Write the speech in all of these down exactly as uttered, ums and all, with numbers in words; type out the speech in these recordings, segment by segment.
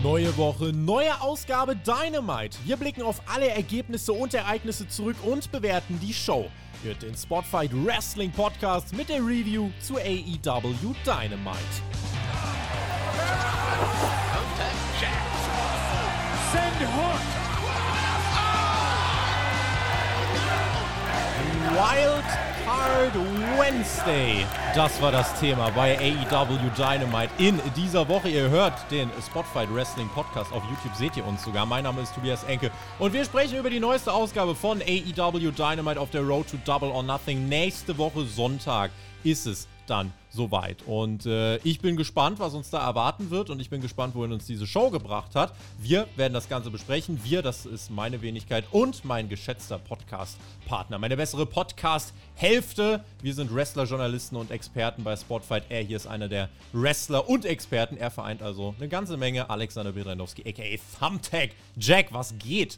Neue Woche, neue Ausgabe Dynamite. Wir blicken auf alle Ergebnisse und Ereignisse zurück und bewerten die Show. Hört den Spotfight Wrestling Podcast mit der Review zu A E W Dynamite. Send Hook. Wild Card Wednesday. Das war das Thema bei A E W Dynamite in dieser Woche. Ihr hört den Spotfight Wrestling Podcast. Auf YouTube seht ihr uns sogar. Mein Name ist Tobias Enke und wir sprechen über die neueste Ausgabe von A E W Dynamite auf der Road to Double or Nothing. Nächste Woche Sonntag ist es dann soweit. Und äh, ich bin gespannt, was uns da erwarten wird und ich bin gespannt, wohin uns diese Show gebracht hat. Wir werden das Ganze besprechen. Wir, das ist meine Wenigkeit und mein geschätzter Podcast-Partner, meine bessere Podcast-Hälfte. Wir sind Wrestler, Journalisten und Experten bei Spotfight. Er hier ist einer der Wrestler und Experten. Er vereint also eine ganze Menge. Alexander Bedrendowski, aka Thumbtack. Jack, was geht?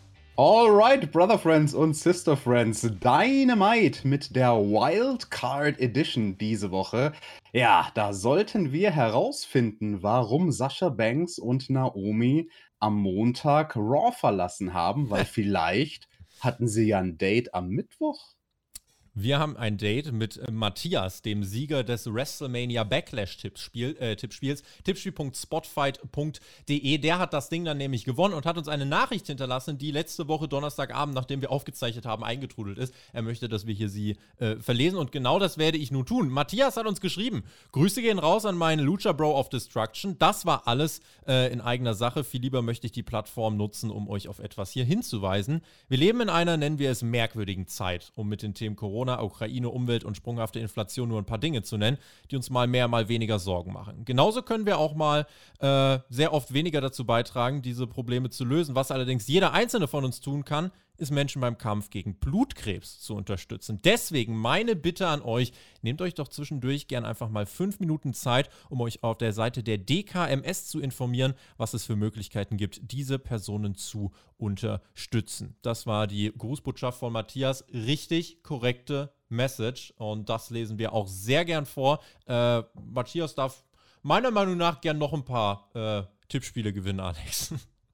Alright, Brother Friends und Sister Friends, Dynamite mit der Wildcard Edition diese Woche. Ja, da sollten wir herausfinden, warum Sasha Banks und Naomi am Montag Raw verlassen haben, weil vielleicht hatten sie ja ein Date am Mittwoch. Wir haben ein Date mit äh, Matthias, dem Sieger des WrestleMania Backlash-Tippspiels, äh, Tippspiels, tippspiel punkt spotfight punkt de. Der hat das Ding dann nämlich gewonnen und hat uns eine Nachricht hinterlassen, die letzte Woche Donnerstagabend, nachdem wir aufgezeichnet haben, eingetrudelt ist. Er möchte, dass wir hier sie äh, verlesen und genau das werde ich nun tun. Matthias hat uns geschrieben, Grüße gehen raus an meinen Lucha Bro of Destruction. Das war alles äh, in eigener Sache. Viel lieber möchte ich die Plattform nutzen, um euch auf etwas hier hinzuweisen. Wir leben in einer, nennen wir es, merkwürdigen Zeit, um mit den Themen Corona, Ukraine, Umwelt und sprunghafte Inflation nur ein paar Dinge zu nennen, die uns mal mehr, mal weniger Sorgen machen. Genauso können wir auch mal äh, sehr oft weniger dazu beitragen, diese Probleme zu lösen. Was allerdings jeder Einzelne von uns tun kann, ist Menschen beim Kampf gegen Blutkrebs zu unterstützen. Deswegen meine Bitte an euch, nehmt euch doch zwischendurch gern einfach mal fünf Minuten Zeit, um euch auf der Seite der D K M S zu informieren, was es für Möglichkeiten gibt, diese Personen zu unterstützen. Das war die Grußbotschaft von Matthias. Richtig korrekte Message und das lesen wir auch sehr gern vor. Äh, Matthias darf meiner Meinung nach gern noch ein paar äh, Tippspiele gewinnen, Alex.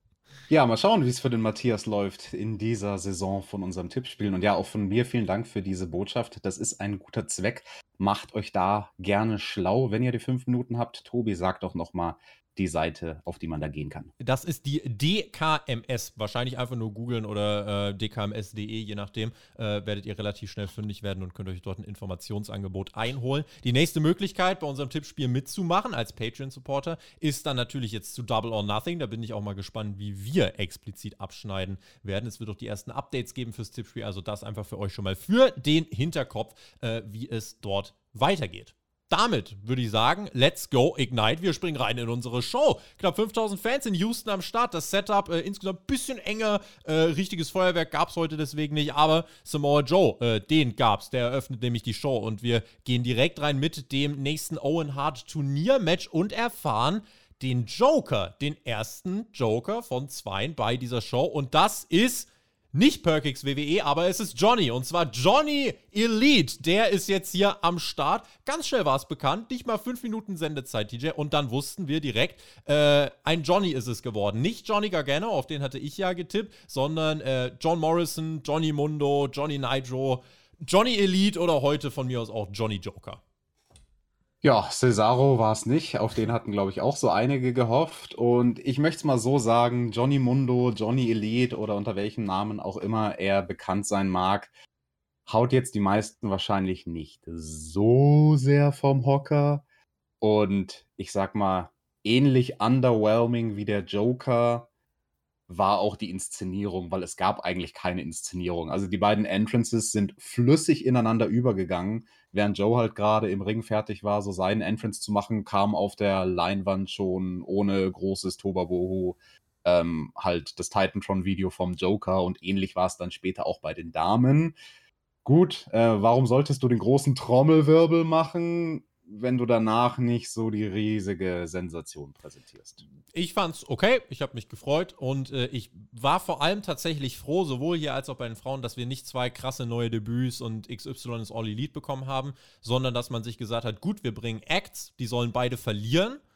Ja, mal schauen, wie es für den Matthias läuft in dieser Saison von unserem Tippspielen. Und ja, auch von mir vielen Dank für diese Botschaft. Das ist ein guter Zweck. Macht euch da gerne schlau, wenn ihr die fünf Minuten habt. Tobi, sagt doch nochmal die Seite, auf die man da gehen kann. Das ist die D K M S. Wahrscheinlich einfach nur googeln oder äh, d k m s punkt de, je nachdem, äh, werdet ihr relativ schnell fündig werden und könnt euch dort ein Informationsangebot einholen. Die nächste Möglichkeit, bei unserem Tippspiel mitzumachen als Patreon-Supporter, ist dann natürlich jetzt zu Double or Nothing. Da bin ich auch mal gespannt, wie wir explizit abschneiden werden. Es wird auch die ersten Updates geben fürs Tippspiel, also das einfach für euch schon mal für den Hinterkopf, äh, wie es dort weitergeht. Damit würde ich sagen, let's go Ignite. Wir springen rein in unsere Show. Knapp fünftausend Fans in Houston am Start. Das Setup äh, insgesamt ein bisschen enger. Äh, richtiges Feuerwerk gab es heute deswegen nicht. Aber Samoa Joe, äh, den gab's. Der eröffnet nämlich die Show. Und wir gehen direkt rein mit dem nächsten Owen Hart Turniermatch und erfahren den Joker. Den ersten Joker von zweien bei dieser Show. Und das ist nicht Perkix W W E, aber es ist Johnny. Und zwar Johnny Elite. Der ist jetzt hier am Start. Ganz schnell war es bekannt. Nicht mal fünf Minuten Sendezeit, T J. Und dann wussten wir direkt, äh, ein Johnny ist es geworden. Nicht Johnny Gargano, auf den hatte ich ja getippt, sondern äh, John Morrison, Johnny Mundo, Johnny Nitro, Johnny Elite oder heute von mir aus auch Johnny Joker. Ja, Cesaro war es nicht. Auf den hatten, glaube ich, auch so einige gehofft. Und ich möchte es mal so sagen, Johnny Mundo, Johnny Elite oder unter welchem Namen auch immer er bekannt sein mag, haut jetzt die meisten wahrscheinlich nicht so sehr vom Hocker. Und ich sag mal, ähnlich underwhelming wie der Joker war auch die Inszenierung, weil es gab eigentlich keine Inszenierung. Also die beiden Entrances sind flüssig ineinander übergegangen. Während Joe halt gerade im Ring fertig war, so seinen Entrance zu machen, kam auf der Leinwand schon ohne großes Tobabohu ähm, halt das Titantron-Video vom Joker und ähnlich war es dann später auch bei den Damen. Gut, äh, warum solltest du den großen Trommelwirbel machen, wenn du danach nicht so die riesige Sensation präsentierst? Ich fand's okay, ich habe mich gefreut und äh, ich war vor allem tatsächlich froh, sowohl hier als auch bei den Frauen, dass wir nicht zwei krasse neue Debüts und X Y ist All Elite bekommen haben, sondern dass man sich gesagt hat, gut, wir bringen Acts, die sollen beide verlieren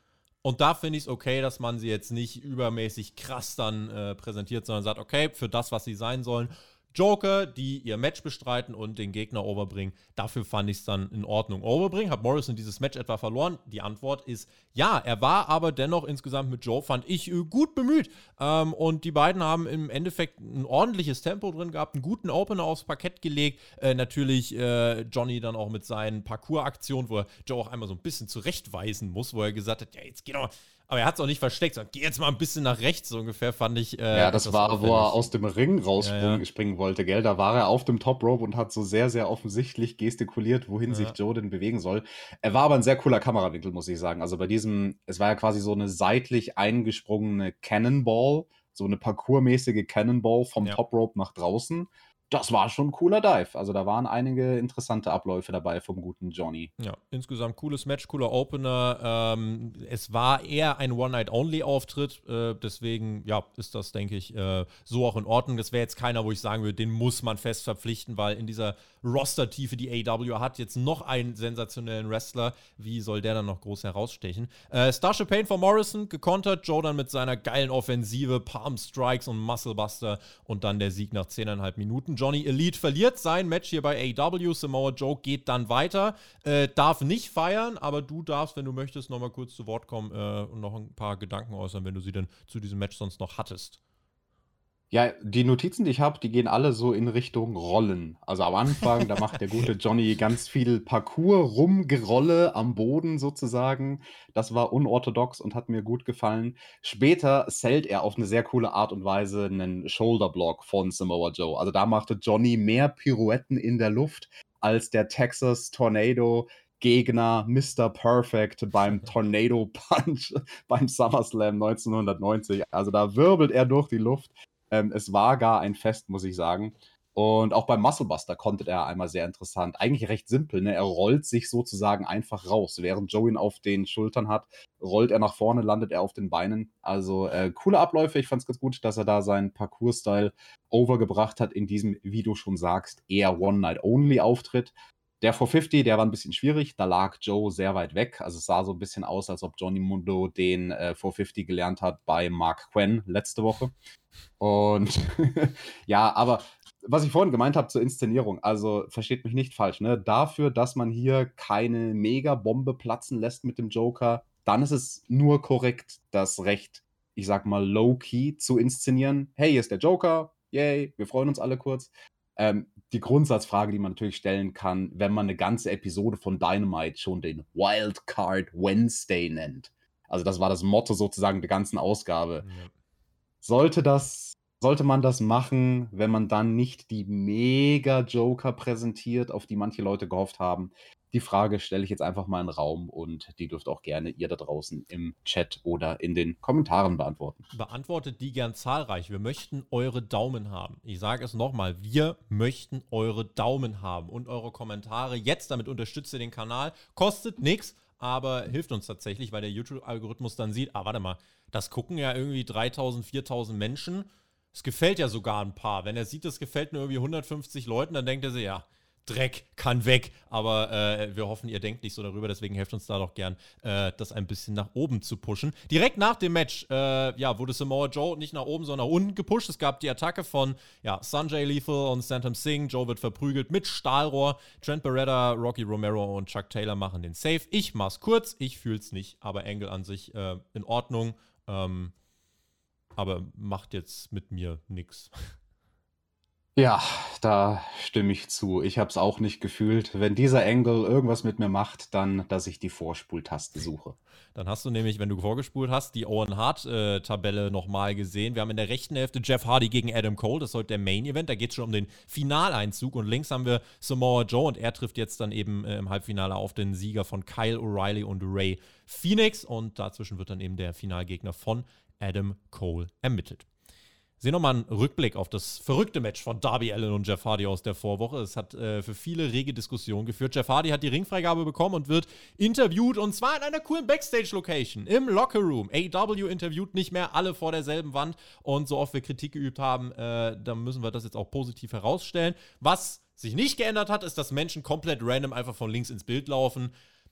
Und da finde ich es okay, dass man sie jetzt nicht übermäßig krass dann äh, präsentiert, sondern sagt, okay, für das, was sie sein sollen, Joker, die ihr Match bestreiten und den Gegner overbringen. Dafür fand ich es dann in Ordnung. Overbringen, hat Morrison dieses Match etwa verloren? Die Antwort ist ja. Er war aber dennoch insgesamt mit Joe, fand ich, gut bemüht. Ähm, und die beiden haben im Endeffekt ein ordentliches Tempo drin gehabt, einen guten Opener aufs Parkett gelegt. Äh, natürlich äh, Johnny dann auch mit seinen Parcours-Aktionen, wo er Joe auch einmal so ein bisschen zurechtweisen muss, wo er gesagt hat, ja, jetzt geh doch. Aber er hat es auch nicht versteckt, sondern geh jetzt mal ein bisschen nach rechts, so ungefähr, fand ich. Äh, ja, das war, auffällig. Wo er aus dem Ring rausspringen ja, ja. wollte, gell? Da war er auf dem Top Rope und hat so sehr, sehr offensichtlich gestikuliert, wohin ja. sich Joe denn bewegen soll. Er war aber ein sehr cooler Kamerawinkel, muss ich sagen. Also bei diesem, es war ja quasi so eine seitlich eingesprungene Cannonball, so eine parkourmäßige Cannonball vom ja. Top Rope nach draußen. Das war schon ein cooler Dive. Also da waren einige interessante Abläufe dabei vom guten Johnny. Ja, insgesamt cooles Match, cooler Opener. Ähm, es war eher ein One-Night-Only-Auftritt. Äh, deswegen, ja, ist das, denke ich, äh, so auch in Ordnung. Das wäre jetzt keiner, wo ich sagen würde, den muss man fest verpflichten, weil in dieser Roster-Tiefe, die A E W hat, jetzt noch einen sensationellen Wrestler. Wie soll der dann noch groß herausstechen? Äh, Starship Pain von Morrison gekontert. Joe dann mit seiner geilen Offensive, Palm Strikes und Musclebuster und dann der Sieg nach zehneinhalb Minuten. Johnny Elite verliert sein Match hier bei A E W. Samoa Joe geht dann weiter. Äh, darf nicht feiern, aber du darfst, wenn du möchtest, nochmal kurz zu Wort kommen äh, und noch ein paar Gedanken äußern, wenn du sie denn zu diesem Match sonst noch hattest. Ja, die Notizen, die ich habe, die gehen alle so in Richtung Rollen. Also am Anfang, da macht der gute Johnny ganz viel Parcours, Rumgerolle am Boden sozusagen. Das war unorthodox und hat mir gut gefallen. Später sellt er auf eine sehr coole Art und Weise einen Shoulderblock von Samoa Joe. Also da machte Johnny mehr Pirouetten in der Luft als der Texas Tornado Gegner Mister Perfect beim Tornado Punch beim SummerSlam neunzehnhundertneunzig. Also da wirbelt er durch die Luft. Ähm, es war gar ein Fest, muss ich sagen. Und auch beim Musclebuster konnte er einmal sehr interessant. Eigentlich recht simpel, ne? Er rollt sich sozusagen einfach raus. Während Joe ihn auf den Schultern hat, rollt er nach vorne, landet er auf den Beinen. Also äh, coole Abläufe. Ich fand es ganz gut, dass er da seinen Parcours-Style overgebracht hat in diesem, wie du schon sagst, eher One-Night-Only-Auftritt. Der vier fünfzig, der war ein bisschen schwierig. Da lag Joe sehr weit weg. Also es sah so ein bisschen aus, als ob Johnny Mundo den äh, vier fünfzig gelernt hat bei Mark Quinn letzte Woche. Und ja, aber was ich vorhin gemeint habe zur Inszenierung, also versteht mich nicht falsch, ne? Dafür, dass man hier keine Megabombe platzen lässt mit dem Joker, dann ist es nur korrekt, das recht, ich sag mal, low-key zu inszenieren. Hey, hier ist der Joker, yay, wir freuen uns alle kurz. Ähm, die Grundsatzfrage, die man natürlich stellen kann, wenn man eine ganze Episode von Dynamite schon den Wildcard Wednesday nennt. Also das war das Motto sozusagen der ganzen Ausgabe. Ja. Sollte das, sollte man das machen, wenn man dann nicht die Mega-Joker präsentiert, auf die manche Leute gehofft haben? Die Frage stelle ich jetzt einfach mal in den Raum und die dürft auch gerne ihr da draußen im Chat oder in den Kommentaren beantworten. Beantwortet die gern zahlreich. Wir möchten eure Daumen haben. Ich sage es nochmal, wir möchten eure Daumen haben und eure Kommentare jetzt. Damit unterstützt ihr den Kanal. Kostet nichts, aber hilft uns tatsächlich, weil der YouTube-Algorithmus dann sieht, ah, warte mal, das gucken ja irgendwie dreitausend, viertausend Menschen. Es gefällt ja sogar ein paar. Wenn er sieht, es gefällt nur irgendwie hundertfünfzig Leuten, dann denkt er sich, ja, Dreck kann weg, aber äh, wir hoffen, ihr denkt nicht so darüber, deswegen helft uns da doch gern, äh, das ein bisschen nach oben zu pushen. Direkt nach dem Match, äh, ja, wurde Samoa Joe nicht nach oben, sondern nach unten gepusht. Es gab die Attacke von, ja, Sanjay Lethal und Santam Singh. Joe wird verprügelt mit Stahlrohr. Trent Beretta, Rocky Romero und Chuck Taylor machen den Save. Ich mach's kurz, ich fühl's nicht, aber Angle an sich äh, in Ordnung, ähm, aber macht jetzt mit mir nix. Ja, da stimme ich zu. Ich habe es auch nicht gefühlt. Wenn dieser Angle irgendwas mit mir macht, dann, dass ich die Vorspultaste suche. Dann hast du nämlich, wenn du vorgespult hast, die Owen Hart-Tabelle äh, nochmal gesehen. Wir haben in der rechten Hälfte Jeff Hardy gegen Adam Cole. Das ist heute der Main-Event. Da geht es schon um den Finaleinzug. Und links haben wir Samoa Joe. Und er trifft jetzt dann eben äh, im Halbfinale auf den Sieger von Kyle O'Reilly und Ray Phoenix. Und dazwischen wird dann eben der Finalgegner von Adam Cole ermittelt. Sehen wir mal einen Rückblick auf das verrückte Match von Darby Allin und Jeff Hardy aus der Vorwoche. Es hat äh, für viele rege Diskussionen geführt. Jeff Hardy hat die Ringfreigabe bekommen und wird interviewt, und zwar in einer coolen Backstage-Location, im Locker-Room. A E W interviewt nicht mehr alle vor derselben Wand, und so oft wir Kritik geübt haben, äh, da müssen wir das jetzt auch positiv herausstellen. Was sich nicht geändert hat, ist, dass Menschen komplett random einfach von links ins Bild laufen.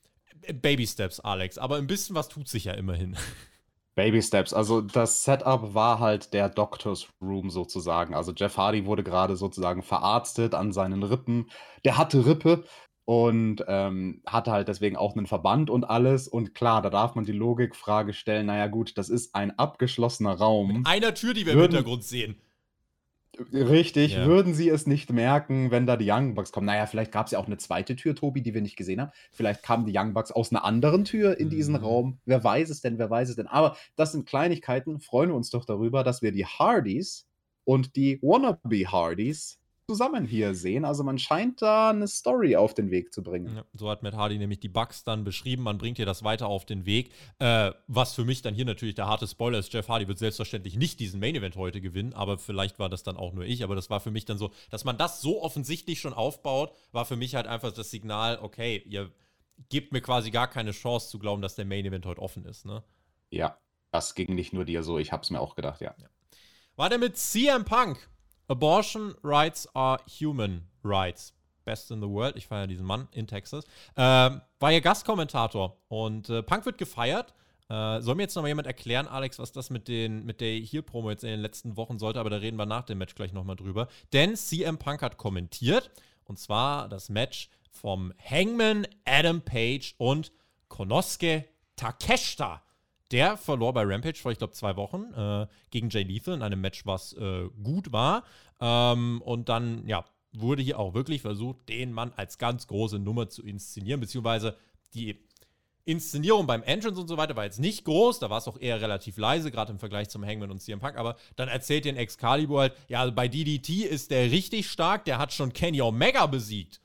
Baby Steps, Alex, aber ein bisschen was tut sich ja immerhin. Baby Steps, also das Setup war halt der Doctor's Room sozusagen. Also Jeff Hardy wurde gerade sozusagen verarztet an seinen Rippen. Der hatte Rippe und ähm, hatte halt deswegen auch einen Verband und alles. Und klar, da darf man die Logikfrage stellen, naja gut, das ist ein abgeschlossener Raum. Einer Tür, die wir im Würden- Hintergrund sehen. Richtig, Ja. würden sie es nicht merken, wenn da die Young Bucks kommen? Naja, vielleicht gab es ja auch eine zweite Tür, Tobi, die wir nicht gesehen haben. Vielleicht kamen die Young Bucks aus einer anderen Tür in diesen Mhm. Raum. Wer weiß es denn, wer weiß es denn? Aber das sind Kleinigkeiten. Freuen wir uns doch darüber, dass wir die Hardys und die Wannabe Hardys zusammen hier sehen. Also man scheint da eine Story auf den Weg zu bringen. Ja, so hat Matt Hardy nämlich die Bugs dann beschrieben. Man bringt hier das weiter auf den Weg. Äh, was für mich dann hier natürlich der harte Spoiler ist: Jeff Hardy wird selbstverständlich nicht diesen Main Event heute gewinnen, aber vielleicht war das dann auch nur ich. Aber das war für mich dann so, dass man das so offensichtlich schon aufbaut, war für mich halt einfach das Signal: Okay, ihr gebt mir quasi gar keine Chance zu glauben, dass der Main Event heute offen ist, ne? Ja, das ging nicht nur dir so. Ich hab's mir auch gedacht, ja. Weiter mit C M Punk. Abortion rights are human rights. Best in the world. Ich feiere diesen Mann in Texas. Ähm, war ja Gastkommentator. Und äh, Punk wird gefeiert. Äh, soll mir jetzt noch mal jemand erklären, Alex, was das mit, den, mit der Heel-Promo jetzt in den letzten Wochen sollte? Aber da reden wir nach dem Match gleich noch mal drüber. Denn C M Punk hat kommentiert. Und zwar das Match vom Hangman Adam Page und Konosuke Takeshita. Der verlor bei Rampage vor, ich glaube, zwei Wochen äh, gegen Jay Lethal in einem Match, was äh, gut war. Ähm, und dann, ja, wurde hier auch wirklich versucht, den Mann als ganz große Nummer zu inszenieren, beziehungsweise die Inszenierung beim Entrance und so weiter war jetzt nicht groß, da war es auch eher relativ leise, gerade im Vergleich zum Hangman und C M Punk, aber dann erzählt den Excalibur halt, ja, also bei D D T ist der richtig stark, der hat schon Kenny Omega besiegt.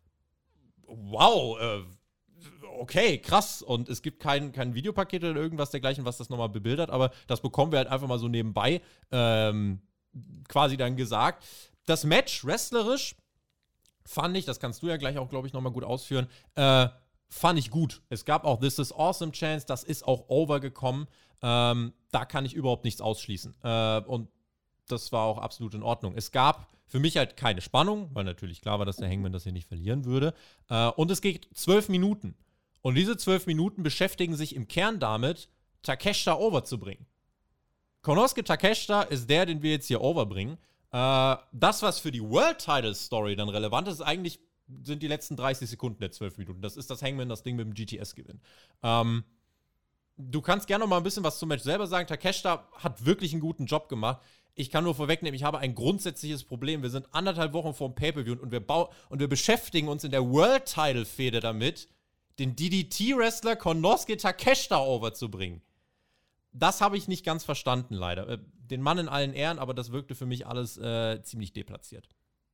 Wow, äh, okay, krass. Und es gibt kein, kein Videopaket oder irgendwas dergleichen, was das nochmal bebildert, aber das bekommen wir halt einfach mal so nebenbei ähm, quasi dann gesagt. Das Match, wrestlerisch, fand ich, das kannst du ja gleich auch, glaube ich, nochmal gut ausführen, äh, fand ich gut. Es gab auch This is Awesome Chance, das ist auch overgekommen. Ähm, da kann ich überhaupt nichts ausschließen. Äh, und das war auch absolut in Ordnung. Es gab für mich halt keine Spannung, weil natürlich klar war, dass der Hangman das hier nicht verlieren würde. Äh, und es geht zwölf Minuten. Und diese zwölf Minuten beschäftigen sich im Kern damit, Takeshita overzubringen. Konosuke Takeshita ist der, den wir jetzt hier overbringen. Äh, das, was für die World Title Story dann relevant ist, eigentlich sind die letzten dreißig Sekunden der zwölf Minuten. Das ist das Hangman, das Ding mit dem G T S-Gewinn. Ähm, du kannst gerne noch mal ein bisschen was zum Match selber sagen. Takeshita hat wirklich einen guten Job gemacht. Ich kann nur vorwegnehmen, ich habe ein grundsätzliches Problem. Wir sind anderthalb Wochen vor dem Pay-Per-View und wir, bau- und wir beschäftigen uns in der World Title-Fehde damit, den D D T-Wrestler Konosuke Takeshita overzubringen. Das habe ich nicht ganz verstanden, leider. Den Mann in allen Ehren, aber das wirkte für mich alles äh, ziemlich deplatziert.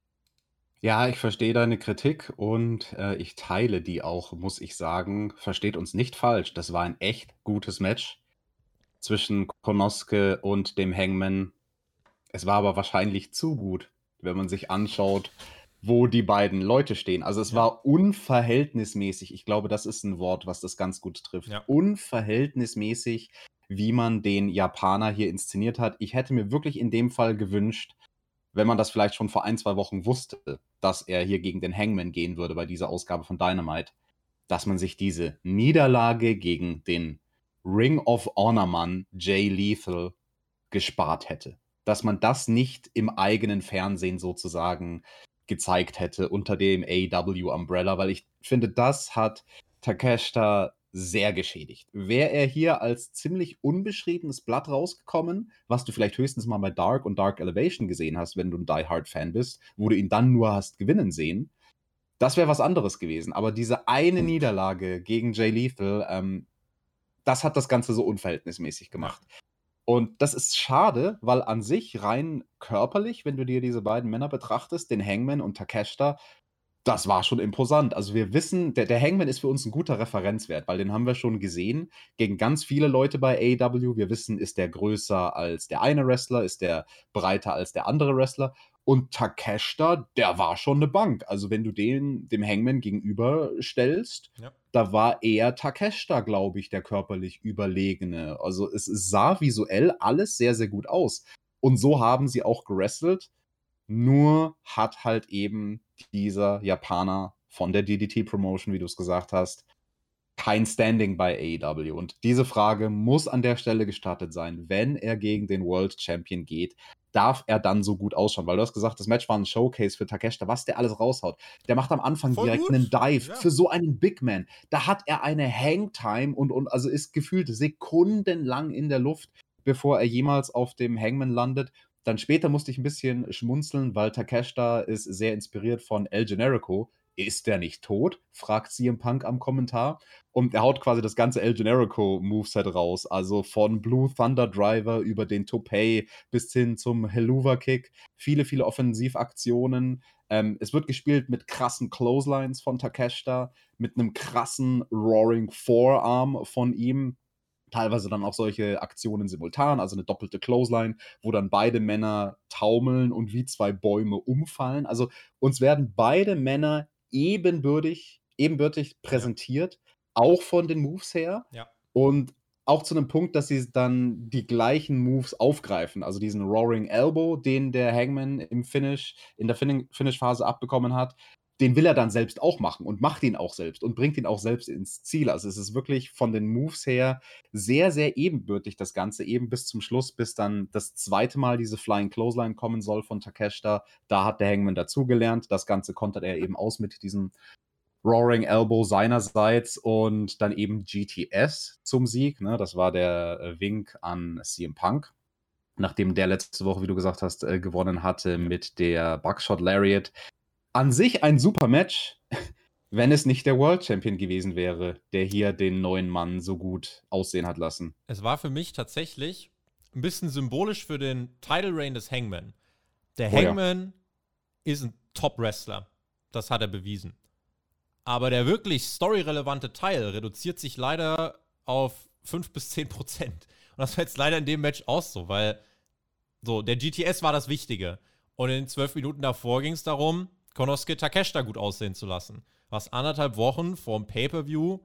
Ja, ich verstehe deine Kritik und äh, ich teile die auch, muss ich sagen. Versteht uns nicht falsch, das war ein echt gutes Match zwischen Konosuke und dem Hangman. Es war aber wahrscheinlich zu gut, wenn man sich anschaut, wo die beiden Leute stehen. Also es Ja. war unverhältnismäßig. Ich glaube, das ist ein Wort, was das ganz gut trifft. Ja. Unverhältnismäßig, wie man den Japaner hier inszeniert hat. Ich hätte mir wirklich in dem Fall gewünscht, wenn man das vielleicht schon vor ein, zwei Wochen wusste, dass er hier gegen den Hangman gehen würde bei dieser Ausgabe von Dynamite, dass man sich diese Niederlage gegen den Ring of Honor-Mann Jay Lethal gespart hätte. Dass man das nicht im eigenen Fernsehen sozusagen gezeigt hätte unter dem A E W-Umbrella, weil ich finde, das hat Takeshita sehr geschädigt. Wäre er hier als ziemlich unbeschriebenes Blatt rausgekommen, was du vielleicht höchstens mal bei Dark und Dark Elevation gesehen hast, wenn du ein Die Hard-Fan bist, wo du ihn dann nur hast gewinnen sehen, das wäre was anderes gewesen. Aber diese eine Niederlage gegen Jay Lethal, ähm, das hat das Ganze so unverhältnismäßig gemacht. Und das ist schade, weil an sich rein körperlich, wenn du dir diese beiden Männer betrachtest, den Hangman und Takeshita, das war schon imposant. Also wir wissen, der, der Hangman ist für uns ein guter Referenzwert, weil den haben wir schon gesehen gegen ganz viele Leute bei A E W. Wir wissen, ist der größer als der eine Wrestler, ist der breiter als der andere Wrestler. Und Takeshita, der war schon eine Bank. Also wenn du den dem Hangman gegenüberstellst, Ja. da war eher Takeshita, glaube ich, der körperlich Überlegene. Also es sah visuell alles sehr, sehr gut aus. Und so haben sie auch gewrestelt. Nur hat halt eben dieser Japaner von der D D T-Promotion, wie du es gesagt hast, kein Standing bei A E W. Und diese Frage muss an der Stelle gestartet sein. Wenn er gegen den World Champion geht, darf er dann so gut ausschauen? Weil du hast gesagt, das Match war ein Showcase für Takeshita, was der alles raushaut. Der macht am Anfang Voll direkt gut. einen Dive Ja. für so einen Big Man. Da hat er eine Hangtime und, und also ist gefühlt sekundenlang in der Luft, bevor er jemals auf dem Hangman landet. Dann später musste ich ein bisschen schmunzeln, weil Takeshita ist sehr inspiriert von El Generico. Ist der nicht tot? Fragt C M Punk am Kommentar. Und er haut quasi das ganze El Generico-Moveset raus. Also von Blue Thunder Driver über den Tope bis hin zum Helluva-Kick. Viele, viele Offensivaktionen. Ähm, es wird gespielt mit krassen Clotheslines von Takeshita, mit einem krassen Roaring Forearm von ihm. Teilweise dann auch solche Aktionen simultan, also eine doppelte Clothesline, wo dann beide Männer taumeln und wie zwei Bäume umfallen. Also uns werden beide Männer ebenbürtig, ebenbürtig präsentiert, ja. Auch von den Moves her. Ja. Und auch zu einem Punkt, dass sie dann die gleichen Moves aufgreifen. Also diesen Roaring Elbow, den der Hangman im Finish, in der fin- Finish-Phase abbekommen hat, den will er dann selbst auch machen und macht ihn auch selbst und bringt ihn auch selbst ins Ziel. Also es ist wirklich von den Moves her sehr, sehr ebenbürtig, das Ganze, eben bis zum Schluss, bis dann das zweite Mal diese Flying Clothesline kommen soll von Takeshita. Da hat der Hangman dazugelernt. Das Ganze kontert er eben aus mit diesem Roaring Elbow seinerseits und dann eben G T S zum Sieg. Ne? Das war der Wink an C M Punk, nachdem der letzte Woche, wie du gesagt hast, gewonnen hatte mit der Buckshot Lariat. An sich ein super Match, wenn es nicht der World Champion gewesen wäre, der hier den neuen Mann so gut aussehen hat lassen. Es war für mich tatsächlich ein bisschen symbolisch für den Title Reign des Hangman. Der Hangman oh ja. ist ein Top-Wrestler. Das hat er bewiesen. Aber der wirklich storyrelevante Teil reduziert sich leider auf fünf bis zehn Prozent. Und das war jetzt leider in dem Match auch so, weil so, der G T S war das Wichtige. Und in zwölf Minuten davor ging es darum, Konosuke Takeshita gut aussehen zu lassen. Was anderthalb Wochen vorm Pay-Per-View,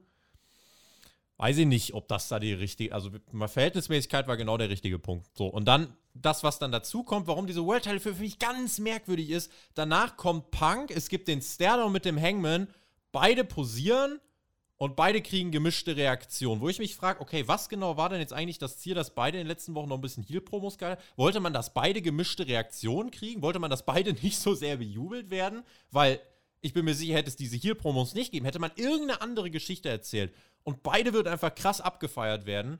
weiß ich nicht, ob das da die richtige, also Verhältnismäßigkeit war genau der richtige Punkt. So, und dann das, was dann dazu kommt, warum diese World Title für mich ganz merkwürdig ist, danach kommt Punk, es gibt den Stairdown mit dem Hangman, beide posieren und beide kriegen gemischte Reaktionen, wo ich mich frage, okay, was genau war denn jetzt eigentlich das Ziel, dass beide in den letzten Wochen noch ein bisschen Heel-Promos geil? Wollte man, dass beide gemischte Reaktionen kriegen? Wollte man, dass beide nicht so sehr bejubelt werden? Weil ich bin mir sicher, hätte es diese Heel-Promos nicht gegeben, hätte man irgendeine andere Geschichte erzählt und beide würden einfach krass abgefeiert werden,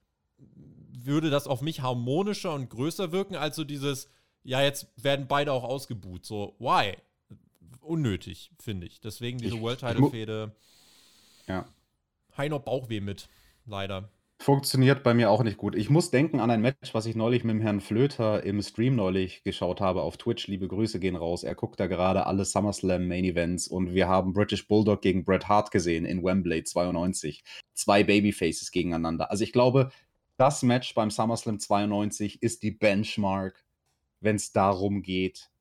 würde das auf mich harmonischer und größer wirken, als so dieses, ja, jetzt werden beide auch ausgebuht. So, why? Unnötig, finde ich. Deswegen diese World-Title-Fehde. Ja. Heino Bauchweh mit, leider. Funktioniert bei mir auch nicht gut. Ich muss denken an ein Match, was ich neulich mit dem Herrn Flöter im Stream neulich geschaut habe auf Twitch. Liebe Grüße gehen raus. Er guckt da gerade alle SummerSlam Main Events und wir haben British Bulldog gegen Bret Hart gesehen in Wembley zweiundneunzig. Zwei Babyfaces gegeneinander. Also ich glaube, das Match beim SummerSlam zweiundneunzig ist die Benchmark, wenn es darum geht,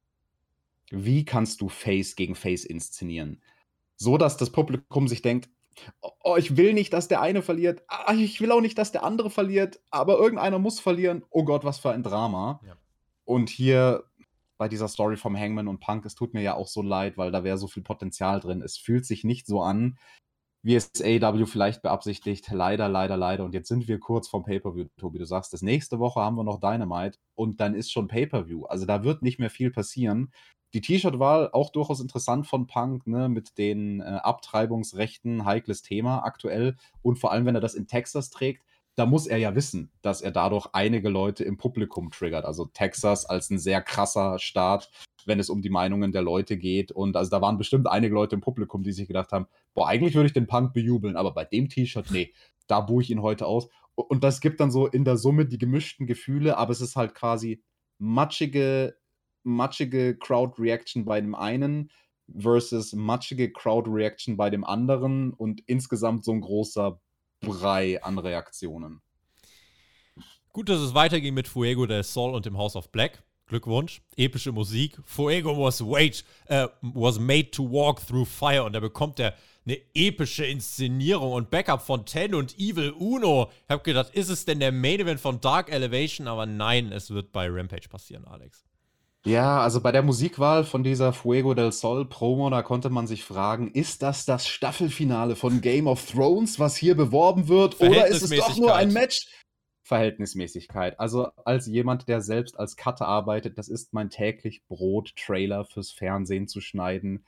wie kannst du Face gegen Face inszenieren? So, dass das Publikum sich denkt, oh, ich will nicht, dass der eine verliert, ah, ich will auch nicht, dass der andere verliert, aber irgendeiner muss verlieren. Oh Gott, was für ein Drama. Ja. Und hier bei dieser Story vom Hangman und Punk, es tut mir ja auch so leid, weil da wäre so viel Potenzial drin. Es fühlt sich nicht so an, wie es A E W vielleicht beabsichtigt. Leider, leider, leider. Und jetzt sind wir kurz vom Pay-Per-View, Tobi. Du sagst, das nächste Woche haben wir noch Dynamite und dann ist schon Pay-Per-View. Also da wird nicht mehr viel passieren. Die T-Shirt-Wahl auch durchaus interessant von Punk, ne, mit den äh, Abtreibungsrechten, heikles Thema aktuell. Und vor allem, wenn er das in Texas trägt, da muss er ja wissen, dass er dadurch einige Leute im Publikum triggert. Also Texas als ein sehr krasser Staat, wenn es um die Meinungen der Leute geht. Und also da waren bestimmt einige Leute im Publikum, die sich gedacht haben, boah, eigentlich würde ich den Punk bejubeln, aber bei dem T-Shirt, nee, da buhe ich ihn heute aus. Und das gibt dann so in der Summe die gemischten Gefühle, aber es ist halt quasi matschige matschige Crowd-Reaction bei dem einen versus matschige Crowd-Reaction bei dem anderen und insgesamt so ein großer Brei an Reaktionen. Gut, dass es weiterging mit Fuego del Sol und dem House of Black. Glückwunsch. Epische Musik. Fuego was, wait, uh, was made to walk through fire. Und da bekommt er eine epische Inszenierung und Backup von Ten und Evil Uno. Ich hab gedacht, ist es denn der Main Event von Dark Elevation? Aber nein, es wird bei Rampage passieren, Alex. Ja, also bei der Musikwahl von dieser Fuego del Sol Promo, da konnte man sich fragen, ist das das Staffelfinale von Game of Thrones, was hier beworben wird, oder ist es doch nur ein Match? Verhältnismäßigkeit. Also als jemand, der selbst als Cutter arbeitet, das ist mein täglich Brot, Trailer fürs Fernsehen zu schneiden.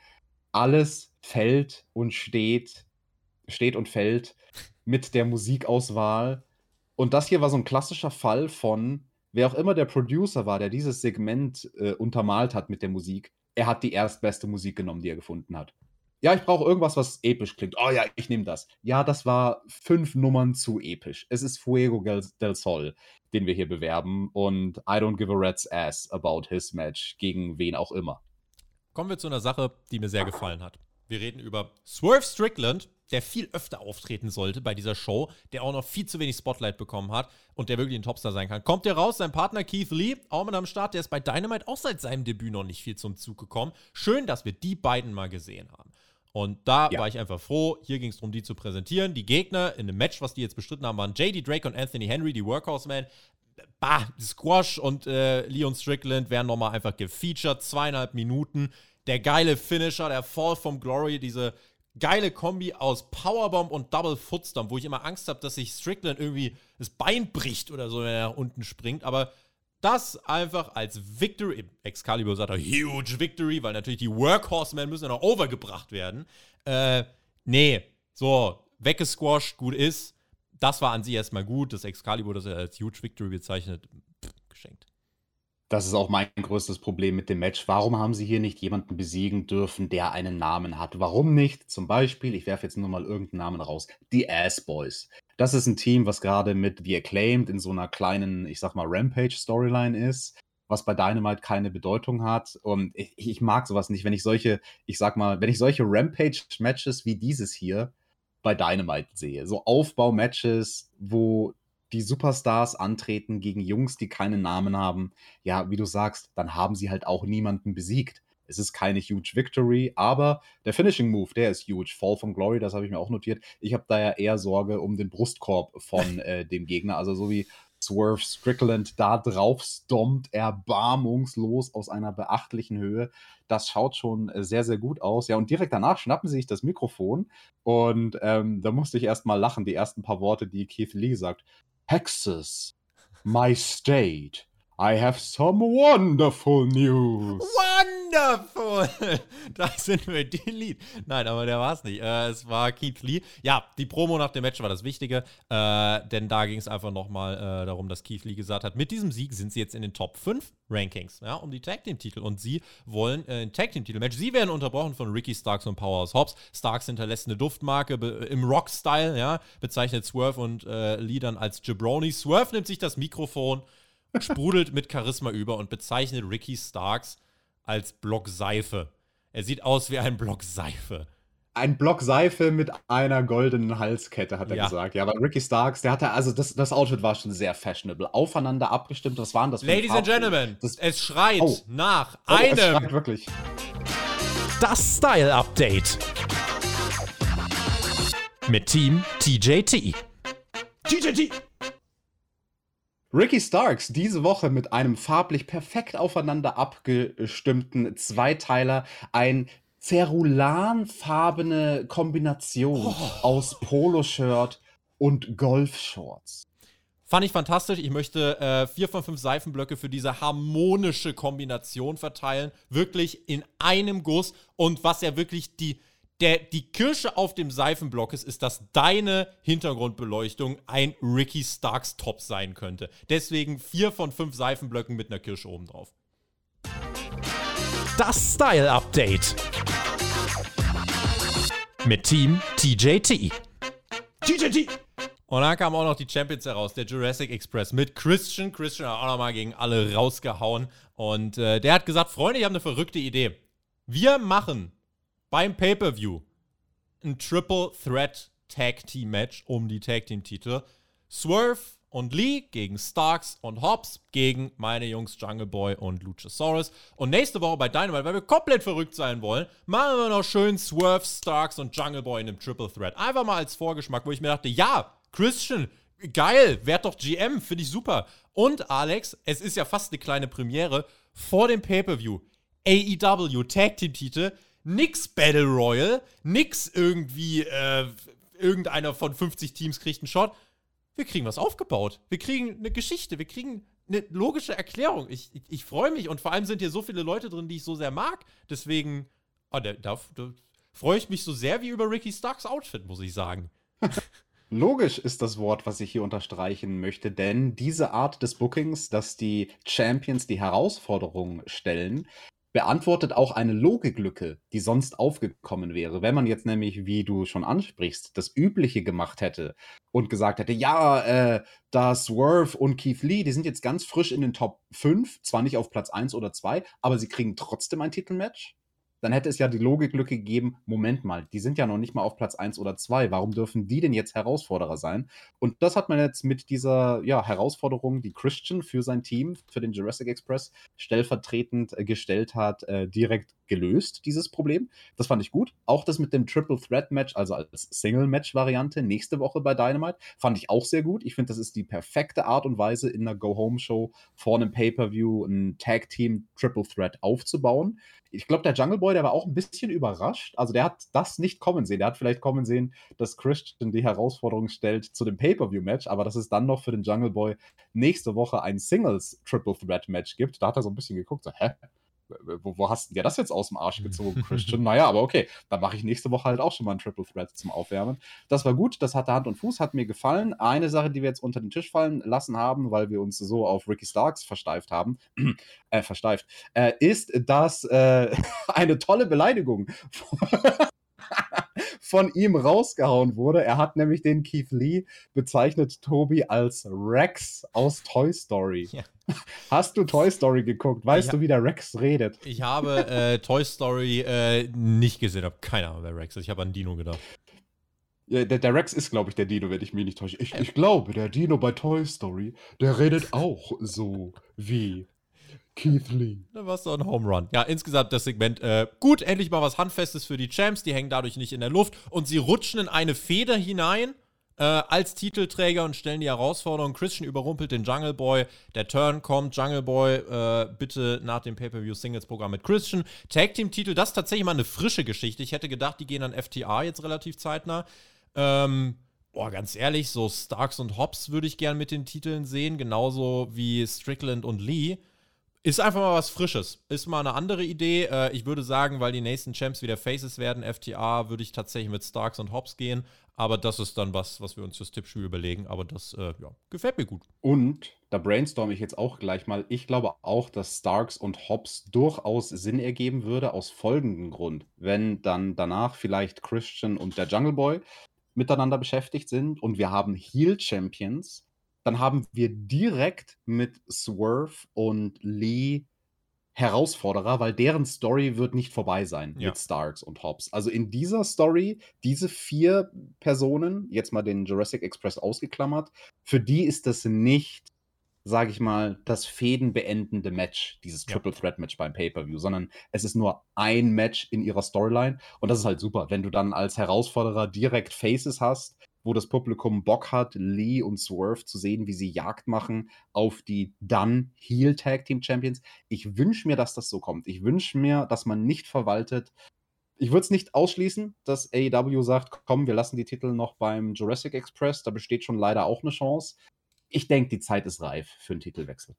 Alles fällt und steht, steht und fällt mit der Musikauswahl. Und das hier war so ein klassischer Fall von, wer auch immer der Producer war, der dieses Segment äh, untermalt hat mit der Musik, er hat die erstbeste Musik genommen, die er gefunden hat. Ja, ich brauche irgendwas, was episch klingt. Oh ja, ich nehme das. Ja, das war fünf Nummern zu episch. Es ist Fuego del Sol, den wir hier bewerben. Und I don't give a rat's ass about his match gegen wen auch immer. Kommen wir zu einer Sache, die mir sehr gefallen hat. Wir reden über Swerve Strickland, der viel öfter auftreten sollte bei dieser Show, der auch noch viel zu wenig Spotlight bekommen hat und der wirklich ein Topstar sein kann. Kommt der raus, sein Partner Keith Lee, auch mit am Start, der ist bei Dynamite auch seit seinem Debüt noch nicht viel zum Zug gekommen. Schön, dass wir die beiden mal gesehen haben. Und da ja. war ich einfach froh, hier ging es darum, die zu präsentieren. Die Gegner in einem Match, was die jetzt bestritten haben, waren J D Drake und Anthony Henry, die Workhorsemen. Bah, Squash und äh, Leon Strickland werden nochmal einfach gefeatured, zweieinhalb Minuten. Der geile Finisher, der Fall from Glory, diese geile Kombi aus Powerbomb und Double Footstomp, wo ich immer Angst habe, dass sich Strickland irgendwie das Bein bricht oder so, wenn er nach unten springt. Aber das einfach als Victory, Excalibur sagt er, huge Victory, weil natürlich die Workhorsemen müssen ja noch overgebracht werden. Äh, nee, so, weggesquashed, gut ist. Das war an sich erstmal gut. Das Excalibur, das er als huge Victory bezeichnet, pff, geschenkt. Das ist auch mein größtes Problem mit dem Match. Warum haben sie hier nicht jemanden besiegen dürfen, der einen Namen hat? Warum nicht? Zum Beispiel, ich werfe jetzt nur mal irgendeinen Namen raus, die Ass Boys. Das ist ein Team, was gerade mit The Acclaimed in so einer kleinen, ich sag mal, Rampage-Storyline ist, was bei Dynamite keine Bedeutung hat. Und ich, ich mag sowas nicht, wenn ich solche, ich sag mal, wenn ich solche Rampage-Matches wie dieses hier bei Dynamite sehe. So Aufbau-Matches, wo die Superstars antreten gegen Jungs, die keinen Namen haben. Ja, wie du sagst, dann haben sie halt auch niemanden besiegt. Es ist keine huge Victory, aber der Finishing Move, der ist huge. Fall from Glory, das habe ich mir auch notiert. Ich habe da ja eher Sorge um den Brustkorb von äh, dem Gegner. Also so wie Swerve Strickland da drauf stompt, erbarmungslos aus einer beachtlichen Höhe. Das schaut schon sehr, sehr gut aus. Ja, und direkt danach schnappen sie sich das Mikrofon und ähm, da musste ich erst mal lachen, die ersten paar Worte, die Keith Lee sagt. Texas, my state. I have some wonderful news. Wonderful! Da sind wir, die Lied. Nein, aber der war es nicht. Äh, es war Keith Lee. Ja, die Promo nach dem Match war das Wichtige, äh, denn da ging es einfach nochmal äh, darum, dass Keith Lee gesagt hat, mit diesem Sieg sind sie jetzt in den Top fünf Rankings, ja, um die Tag-Team-Titel. Und sie wollen äh, ein Tag-Team-Titel-Match. Sie werden unterbrochen von Ricky Starks und Powerhouse Hobbs. Starks hinterlässt eine Duftmarke be- im Rock-Style, ja, bezeichnet Swerve und äh, Lee dann als Jabroni. Swerve nimmt sich das Mikrofon, sprudelt mit Charisma über und bezeichnet Ricky Starks als Block Seife. Er sieht aus wie ein Block Seife. Ein Block Seife mit einer goldenen Halskette, hat er ja. gesagt. Ja, aber Ricky Starks, der hatte, also das, das Outfit war schon sehr fashionable. Aufeinander abgestimmt, was waren das für Ladies and Gentlemen, das, es schreit oh. nach oh, einem. Es schreit wirklich. Das Style Update. Mit Team T J T. T J T. Ricky Starks diese Woche mit einem farblich perfekt aufeinander abgestimmten Zweiteiler, ein zerulanfarbene Kombination oh. aus Poloshirt und Golfshorts. Fand ich fantastisch. Ich möchte äh, vier von fünf Seifenblöcke für diese harmonische Kombination verteilen. Wirklich in einem Guss. Und was ja wirklich die Der, die Kirsche auf dem Seifenblock ist, ist, dass deine Hintergrundbeleuchtung ein Ricky Starks Top sein könnte. Deswegen vier von fünf Seifenblöcken mit einer Kirsche oben drauf. Das Style Update. Mit Team T J T. T J T. Und dann kamen auch noch die Champions heraus, der Jurassic Express mit Christian. Christian hat auch nochmal gegen alle rausgehauen. Und äh, der hat gesagt, Freunde, ich habe eine verrückte Idee. Wir machen beim Pay-Per-View ein Triple Threat Tag Team Match um die Tag Team Titel. Swerve und Lee gegen Starks und Hobbs gegen meine Jungs Jungle Boy und Luchasaurus. Und nächste Woche bei Dynamite, weil wir komplett verrückt sein wollen, machen wir noch schön Swerve, Starks und Jungle Boy in einem Triple Threat. Einfach mal als Vorgeschmack, wo ich mir dachte, ja, Christian, Geil, werd doch G M, finde ich super. Und Alex, es ist ja fast eine kleine Premiere vor dem Pay-Per-View. A E W Tag Team Titel, nix Battle Royal, nix irgendwie, äh, irgendeiner von fünfzig Teams kriegt einen Shot. Wir kriegen was aufgebaut. Wir kriegen eine Geschichte, wir kriegen eine logische Erklärung. Ich, ich, ich freue mich und vor allem sind hier so viele Leute drin, die ich so sehr mag. Deswegen, oh, da, da, da freue ich mich so sehr wie über Ricky Starks Outfit, muss ich sagen. Logisch ist das Wort, was ich hier unterstreichen möchte, denn diese Art des Bookings, dass die Champions die Herausforderungen stellen, beantwortet auch eine Logiklücke, die sonst aufgekommen wäre. Wenn man jetzt nämlich, wie du schon ansprichst, das Übliche gemacht hätte und gesagt hätte, ja, äh, da Swerve und Keith Lee, die sind jetzt ganz frisch in den Top fünf, zwar nicht auf Platz eins oder zwei, aber sie kriegen trotzdem ein Titelmatch. Dann hätte es ja die Logiklücke gegeben, Moment mal, die sind ja noch nicht mal auf Platz eins oder zwei, warum dürfen die denn jetzt Herausforderer sein? Und das hat man jetzt mit dieser ja, Herausforderung, die Christian für sein Team, für den Jurassic Express stellvertretend äh, gestellt hat, äh, direkt gelöst, dieses Problem. Das fand ich gut. Auch das mit dem Triple Threat Match, also als Single-Match-Variante nächste Woche bei Dynamite, fand ich auch sehr gut. Ich finde, das ist die perfekte Art und Weise, in einer Go-Home-Show vor einem Pay-Per-View ein Tag-Team Triple Threat aufzubauen. Ich glaube, der Jungle Boy, der war auch ein bisschen überrascht. Also der hat das nicht kommen sehen. Der hat vielleicht kommen sehen, dass Christian die Herausforderung stellt zu dem Pay-Per-View-Match, aber dass es dann noch für den Jungle Boy nächste Woche ein Singles-Triple-Threat-Match gibt. Da hat er so ein bisschen geguckt, so, hä? Wo, wo hast du dir das jetzt aus dem Arsch gezogen, Christian? Naja, aber okay, dann mache ich nächste Woche halt auch schon mal ein Triple Threat zum Aufwärmen. Das war gut, das hatte Hand und Fuß, hat mir gefallen. Eine Sache, die wir jetzt unter den Tisch fallen lassen haben, weil wir uns so auf Ricky Starks versteift haben, äh, versteift, äh, ist, dass äh, eine tolle Beleidigung von ihm rausgehauen wurde. Er hat nämlich den Keith Lee bezeichnet, Tobi, als Rex aus Toy Story. Ja. Hast du Toy Story geguckt? Weißt ich du, wie der Rex redet? Ich habe äh, Toy Story äh, nicht gesehen, habe keine Ahnung, wer Rex ist. Ich habe an Dino gedacht. Ja, der, der Rex ist, glaube ich, der Dino, wenn ich mich nicht täusche. Ich, ich glaube, der Dino bei Toy Story, der redet auch so wie Keith Lee. Da war es doch ein Home Run. Ja, insgesamt das Segment äh, gut, endlich mal was Handfestes für die Champs. Die hängen dadurch nicht in der Luft und sie rutschen in eine Feder hinein äh, als Titelträger und stellen die Herausforderung. Christian überrumpelt den Jungle Boy. Der Turn kommt. Jungle Boy, äh, bitte nach dem Pay-Per-View-Singles-Programm mit Christian. Tag-Team-Titel, das ist tatsächlich mal eine frische Geschichte. Ich hätte gedacht, die gehen an F T R jetzt relativ zeitnah. Ähm, boah, ganz ehrlich, so Starks und Hobbs würde ich gern mit den Titeln sehen. Genauso wie Strickland und Lee. Ist einfach mal was Frisches. Ist mal eine andere Idee. Äh, ich würde sagen, weil die nächsten Champs wieder Faces werden, F T R, würde ich tatsächlich mit Starks und Hobbs gehen. Aber das ist dann was, was wir uns fürs Tippspiel überlegen. Aber das äh, ja, gefällt mir gut. Und da brainstorme ich jetzt auch gleich mal. Ich glaube auch, dass Starks und Hobbs durchaus Sinn ergeben würde, aus folgendem Grund. Wenn dann danach vielleicht Christian und der Jungle Boy miteinander beschäftigt sind und wir haben Heel-Champions, dann haben wir direkt mit Swerve und Lee Herausforderer, weil deren Story wird nicht vorbei sein Ja. mit Starks und Hobbs. Also in dieser Story, diese vier Personen, jetzt mal den Jurassic Express ausgeklammert, für die ist das nicht, sage ich mal, das fädenbeendende Match, dieses Ja. Triple Threat Match beim Pay-Per-View, sondern es ist nur ein Match in ihrer Storyline und das ist halt super, wenn du dann als Herausforderer direkt Faces hast, wo das Publikum Bock hat, Lee und Swerve zu sehen, wie sie Jagd machen auf die dann Heel Tag Team Champions. Ich wünsche mir, dass das so kommt. Ich wünsche mir, dass man nicht verwaltet. Ich würde es nicht ausschließen, dass A E W sagt, komm, wir lassen die Titel noch beim Jurassic Express. Da besteht schon leider auch eine Chance. Ich denke, die Zeit ist reif für einen Titelwechsel.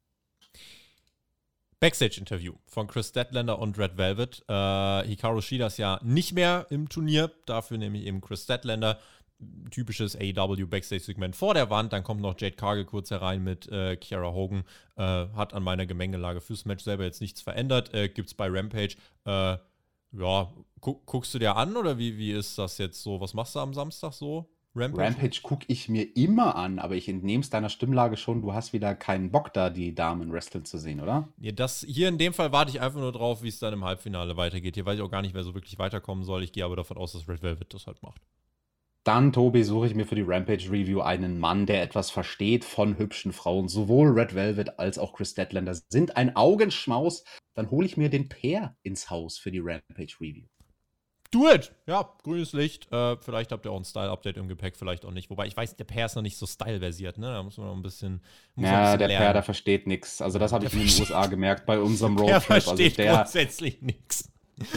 Backstage-Interview von Chris Statlander und Red Velvet. Äh, Hikaru Shida ist ja nicht mehr im Turnier, dafür nämlich eben Chris Statlander. Typisches A E W Backstage-Segment vor der Wand. Dann kommt noch Jade Cargill kurz herein mit äh, Kiara Hogan. Äh, hat an meiner Gemengelage fürs Match selber jetzt nichts verändert. Äh, gibt's bei Rampage. Äh, ja, gu guckst du dir an oder wie, wie ist das jetzt so? Was machst du am Samstag so? Rampage, Rampage gucke ich mir immer an, aber ich entnehme es deiner Stimmlage schon, du hast wieder keinen Bock da, die Damen wresteln zu sehen, oder? Ja, das, hier in dem Fall warte ich einfach nur drauf, wie es dann im Halbfinale weitergeht. Hier weiß ich auch gar nicht, wer so wirklich weiterkommen soll. Ich gehe aber davon aus, dass Red Velvet das halt macht. Dann, Tobi, suche ich mir für die Rampage-Review einen Mann, der etwas versteht von hübschen Frauen. Sowohl Red Velvet als auch Chris Statlander sind ein Augenschmaus. Dann hole ich mir den Peer ins Haus für die Rampage-Review. do it! Ja, grünes Licht. Äh, vielleicht habt ihr auch ein Style-Update im Gepäck, vielleicht auch nicht. Wobei, ich weiß, der Per ist noch nicht so style-versiert, ne? Da muss man noch ein bisschen muss Ja, ein bisschen der lernen. Per, der versteht nichts. Also das habe ich in den U S A gemerkt bei unserem Der Roadtrip. Also versteht der, grundsätzlich nichts.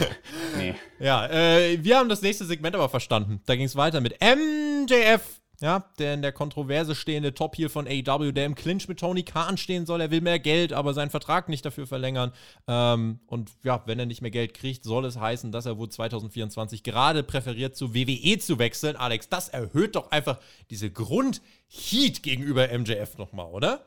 nee. Ja, äh, wir haben das nächste Segment aber verstanden. Da ging es weiter mit M J F. Ja, der in der Kontroverse stehende Top-Heel von A E W, der im Clinch mit Tony Khan stehen soll. Er will mehr Geld, aber seinen Vertrag nicht dafür verlängern. Ähm, und ja, wenn er nicht mehr Geld kriegt, soll es heißen, dass er wohl zwanzig vierundzwanzig gerade präferiert, zu W W E zu wechseln. Alex, das erhöht doch einfach diese Grund-Heat gegenüber M J F nochmal, oder?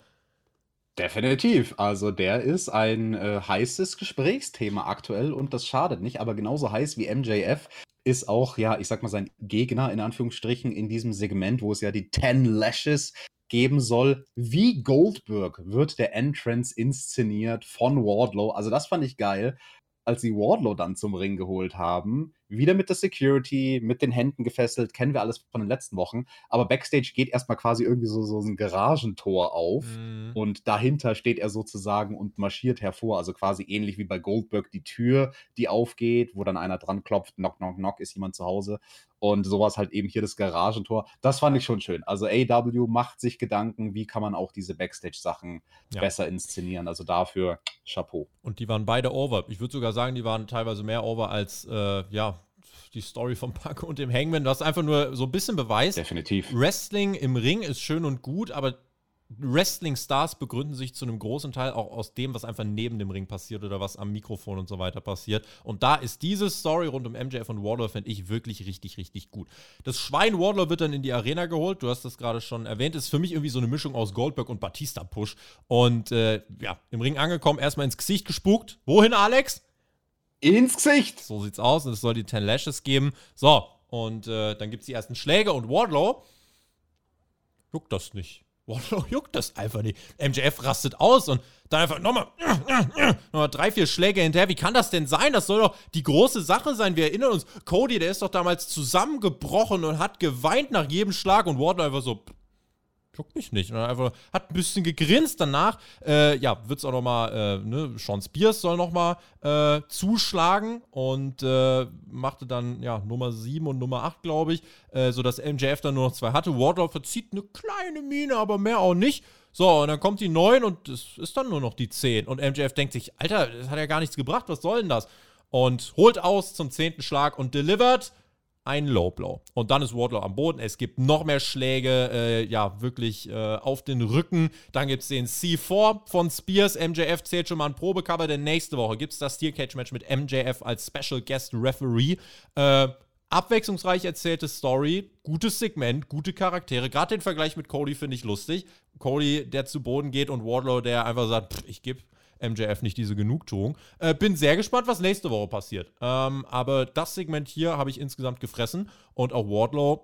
Definitiv. Also der ist ein äh, heißes Gesprächsthema aktuell und das schadet nicht, aber genauso heiß wie M J F ist auch, ja, ich sag mal, sein Gegner in Anführungsstrichen in diesem Segment, wo es ja die Ten Lashes geben soll. Wie Goldberg wird der Entrance inszeniert von Wardlow. Also das fand ich geil, als sie Wardlow dann zum Ring geholt haben. Wieder mit der Security, mit den Händen gefesselt, kennen wir alles von den letzten Wochen. Aber Backstage geht erstmal quasi irgendwie so, so ein Garagentor auf. Mhm. Und dahinter steht er sozusagen und marschiert hervor. Also quasi ähnlich wie bei Goldberg die Tür, die aufgeht, wo dann einer dran klopft, knock, knock, knock, ist jemand zu Hause. Und sowas halt eben hier das Garagentor. Das fand ich schon schön. Also A E W macht sich Gedanken, wie kann man auch diese Backstage-Sachen Ja. besser inszenieren. Also dafür Chapeau. Und die waren beide over. Ich würde sogar sagen, die waren teilweise mehr over als, äh, ja, die Story von Paco und dem Hangman. Das ist einfach nur so ein bisschen Beweis. Definitiv. Wrestling im Ring ist schön und gut, aber Wrestling-Stars begründen sich zu einem großen Teil auch aus dem, was einfach neben dem Ring passiert oder was am Mikrofon und so weiter passiert. Und da ist diese Story rund um M J F und Wardlow, finde ich, wirklich richtig, richtig gut. Das Schwein Wardlow wird dann in die Arena geholt. Du hast das gerade schon erwähnt. Ist für mich irgendwie so eine Mischung aus Goldberg und Batista-Push. Und äh, ja, im Ring angekommen, erstmal ins Gesicht gespuckt. Wohin, Alex? Ins Gesicht! So sieht's aus. Und es soll die Ten Lashes geben. So, und äh, dann gibt's die ersten Schläge. Und Wardlow juckt das nicht. Wardlow juckt das einfach nicht. M J F rastet aus und dann einfach nochmal, nochmal drei, vier Schläge hinterher. Wie kann das denn sein? Das soll doch die große Sache sein. Wir erinnern uns, Cody, der ist doch damals zusammengebrochen und hat geweint nach jedem Schlag und Wardlow einfach so, juckt mich nicht. Und dann einfach hat ein bisschen gegrinst danach. Äh, ja, wird's auch nochmal, äh, ne, Sean Spears soll nochmal äh, zuschlagen und äh, machte dann, ja, Nummer sieben und Nummer acht, glaube ich, äh, sodass M J F dann nur noch zwei hatte. Wardlow verzieht eine kleine Miene, aber mehr auch nicht. So, und dann kommt die neun und es ist dann nur noch die zehn. Und M J F denkt sich, Alter, das hat ja gar nichts gebracht, was soll denn das? Und holt aus zum zehnten Schlag und delivert ein Low Blow. Und dann ist Wardlow am Boden. Es gibt noch mehr Schläge, äh, ja, wirklich äh, auf den Rücken. Dann gibt es den C vier von Spears. M J F zählt schon mal ein Probecover, denn nächste Woche gibt es das Steel Cage Match mit M J F als Special Guest Referee. Äh, abwechslungsreich erzählte Story, gutes Segment, gute Charaktere. Gerade den Vergleich mit Cody finde ich lustig. Cody, der zu Boden geht und Wardlow, der einfach sagt, pff, ich gebe M J F nicht diese Genugtuung. Äh, bin sehr gespannt, was nächste Woche passiert. Ähm, aber das Segment hier habe ich insgesamt gefressen. Und auch Wardlow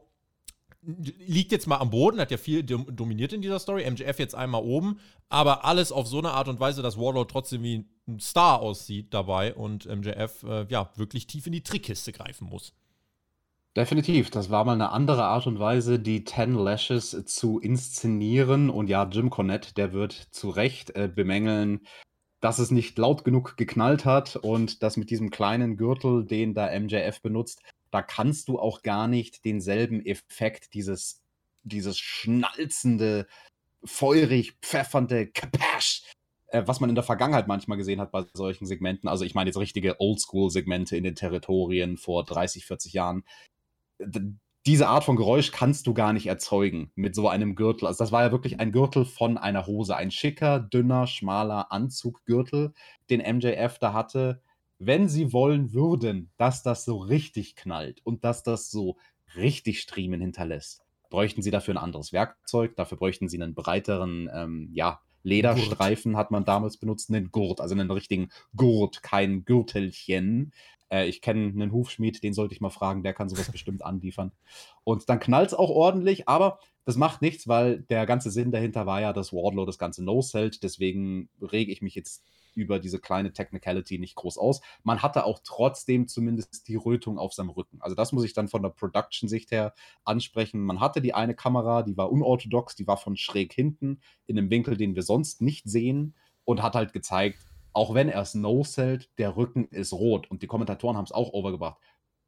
liegt jetzt mal am Boden, hat ja viel dom- dominiert in dieser Story. M J F jetzt einmal oben. Aber alles auf so eine Art und Weise, dass Wardlow trotzdem wie ein Star aussieht dabei. Und M J F äh, ja wirklich tief in die Trickkiste greifen muss. Definitiv, das war mal eine andere Art und Weise, die Ten Lashes zu inszenieren. Und ja, Jim Cornette, der wird zu Recht äh, bemängeln, dass es nicht laut genug geknallt hat und dass mit diesem kleinen Gürtel, den da M J F benutzt, da kannst du auch gar nicht denselben Effekt, dieses, dieses schnalzende, feurig pfeffernde Kapash, äh, was man in der Vergangenheit manchmal gesehen hat bei solchen Segmenten. Also ich meine jetzt richtige Oldschool-Segmente in den Territorien vor dreißig, vierzig Jahren. D- Diese Art von Geräusch kannst du gar nicht erzeugen mit so einem Gürtel. Also das war ja wirklich ein Gürtel von einer Hose. Ein schicker, dünner, schmaler Anzuggürtel, den M J F da hatte. Wenn sie wollen würden, dass das so richtig knallt und dass das so richtig Striemen hinterlässt, bräuchten sie dafür ein anderes Werkzeug. Dafür bräuchten sie einen breiteren, ähm, ja, Lederstreifen hat man damals benutzt, einen Gurt, also einen richtigen Gurt, kein Gürtelchen. Äh, ich kenne einen Hufschmied, den sollte ich mal fragen, der kann sowas bestimmt anliefern. Und dann knallt es auch ordentlich, aber das macht nichts, weil der ganze Sinn dahinter war ja, dass Wardlow das Ganze no-sellt. Deswegen rege ich mich jetzt über diese kleine Technicality nicht groß aus. Man hatte auch trotzdem zumindest die Rötung auf seinem Rücken. Also das muss ich dann von der Production-Sicht her ansprechen. Man hatte die eine Kamera, die war unorthodox, die war von schräg hinten, in einem Winkel, den wir sonst nicht sehen, und hat halt gezeigt, auch wenn er es no-sellt, der Rücken ist rot. Und die Kommentatoren haben es auch overgebracht.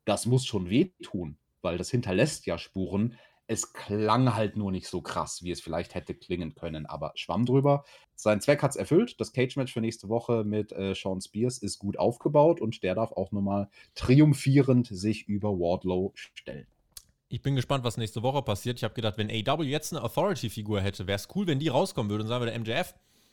das muss schon wehtun, weil das hinterlässt ja Spuren. Es klang halt nur nicht so krass, wie es vielleicht hätte klingen können, aber Schwamm drüber. Sein Zweck hat es erfüllt. Das Cage-Match für nächste Woche mit äh, Sean Spears ist gut aufgebaut und der darf auch nochmal triumphierend sich über Wardlow stellen. Ich bin gespannt, was nächste Woche passiert. Ich habe gedacht, wenn A E W jetzt eine Authority-Figur hätte, wäre es cool, wenn die rauskommen würde und sagen würde, M J F,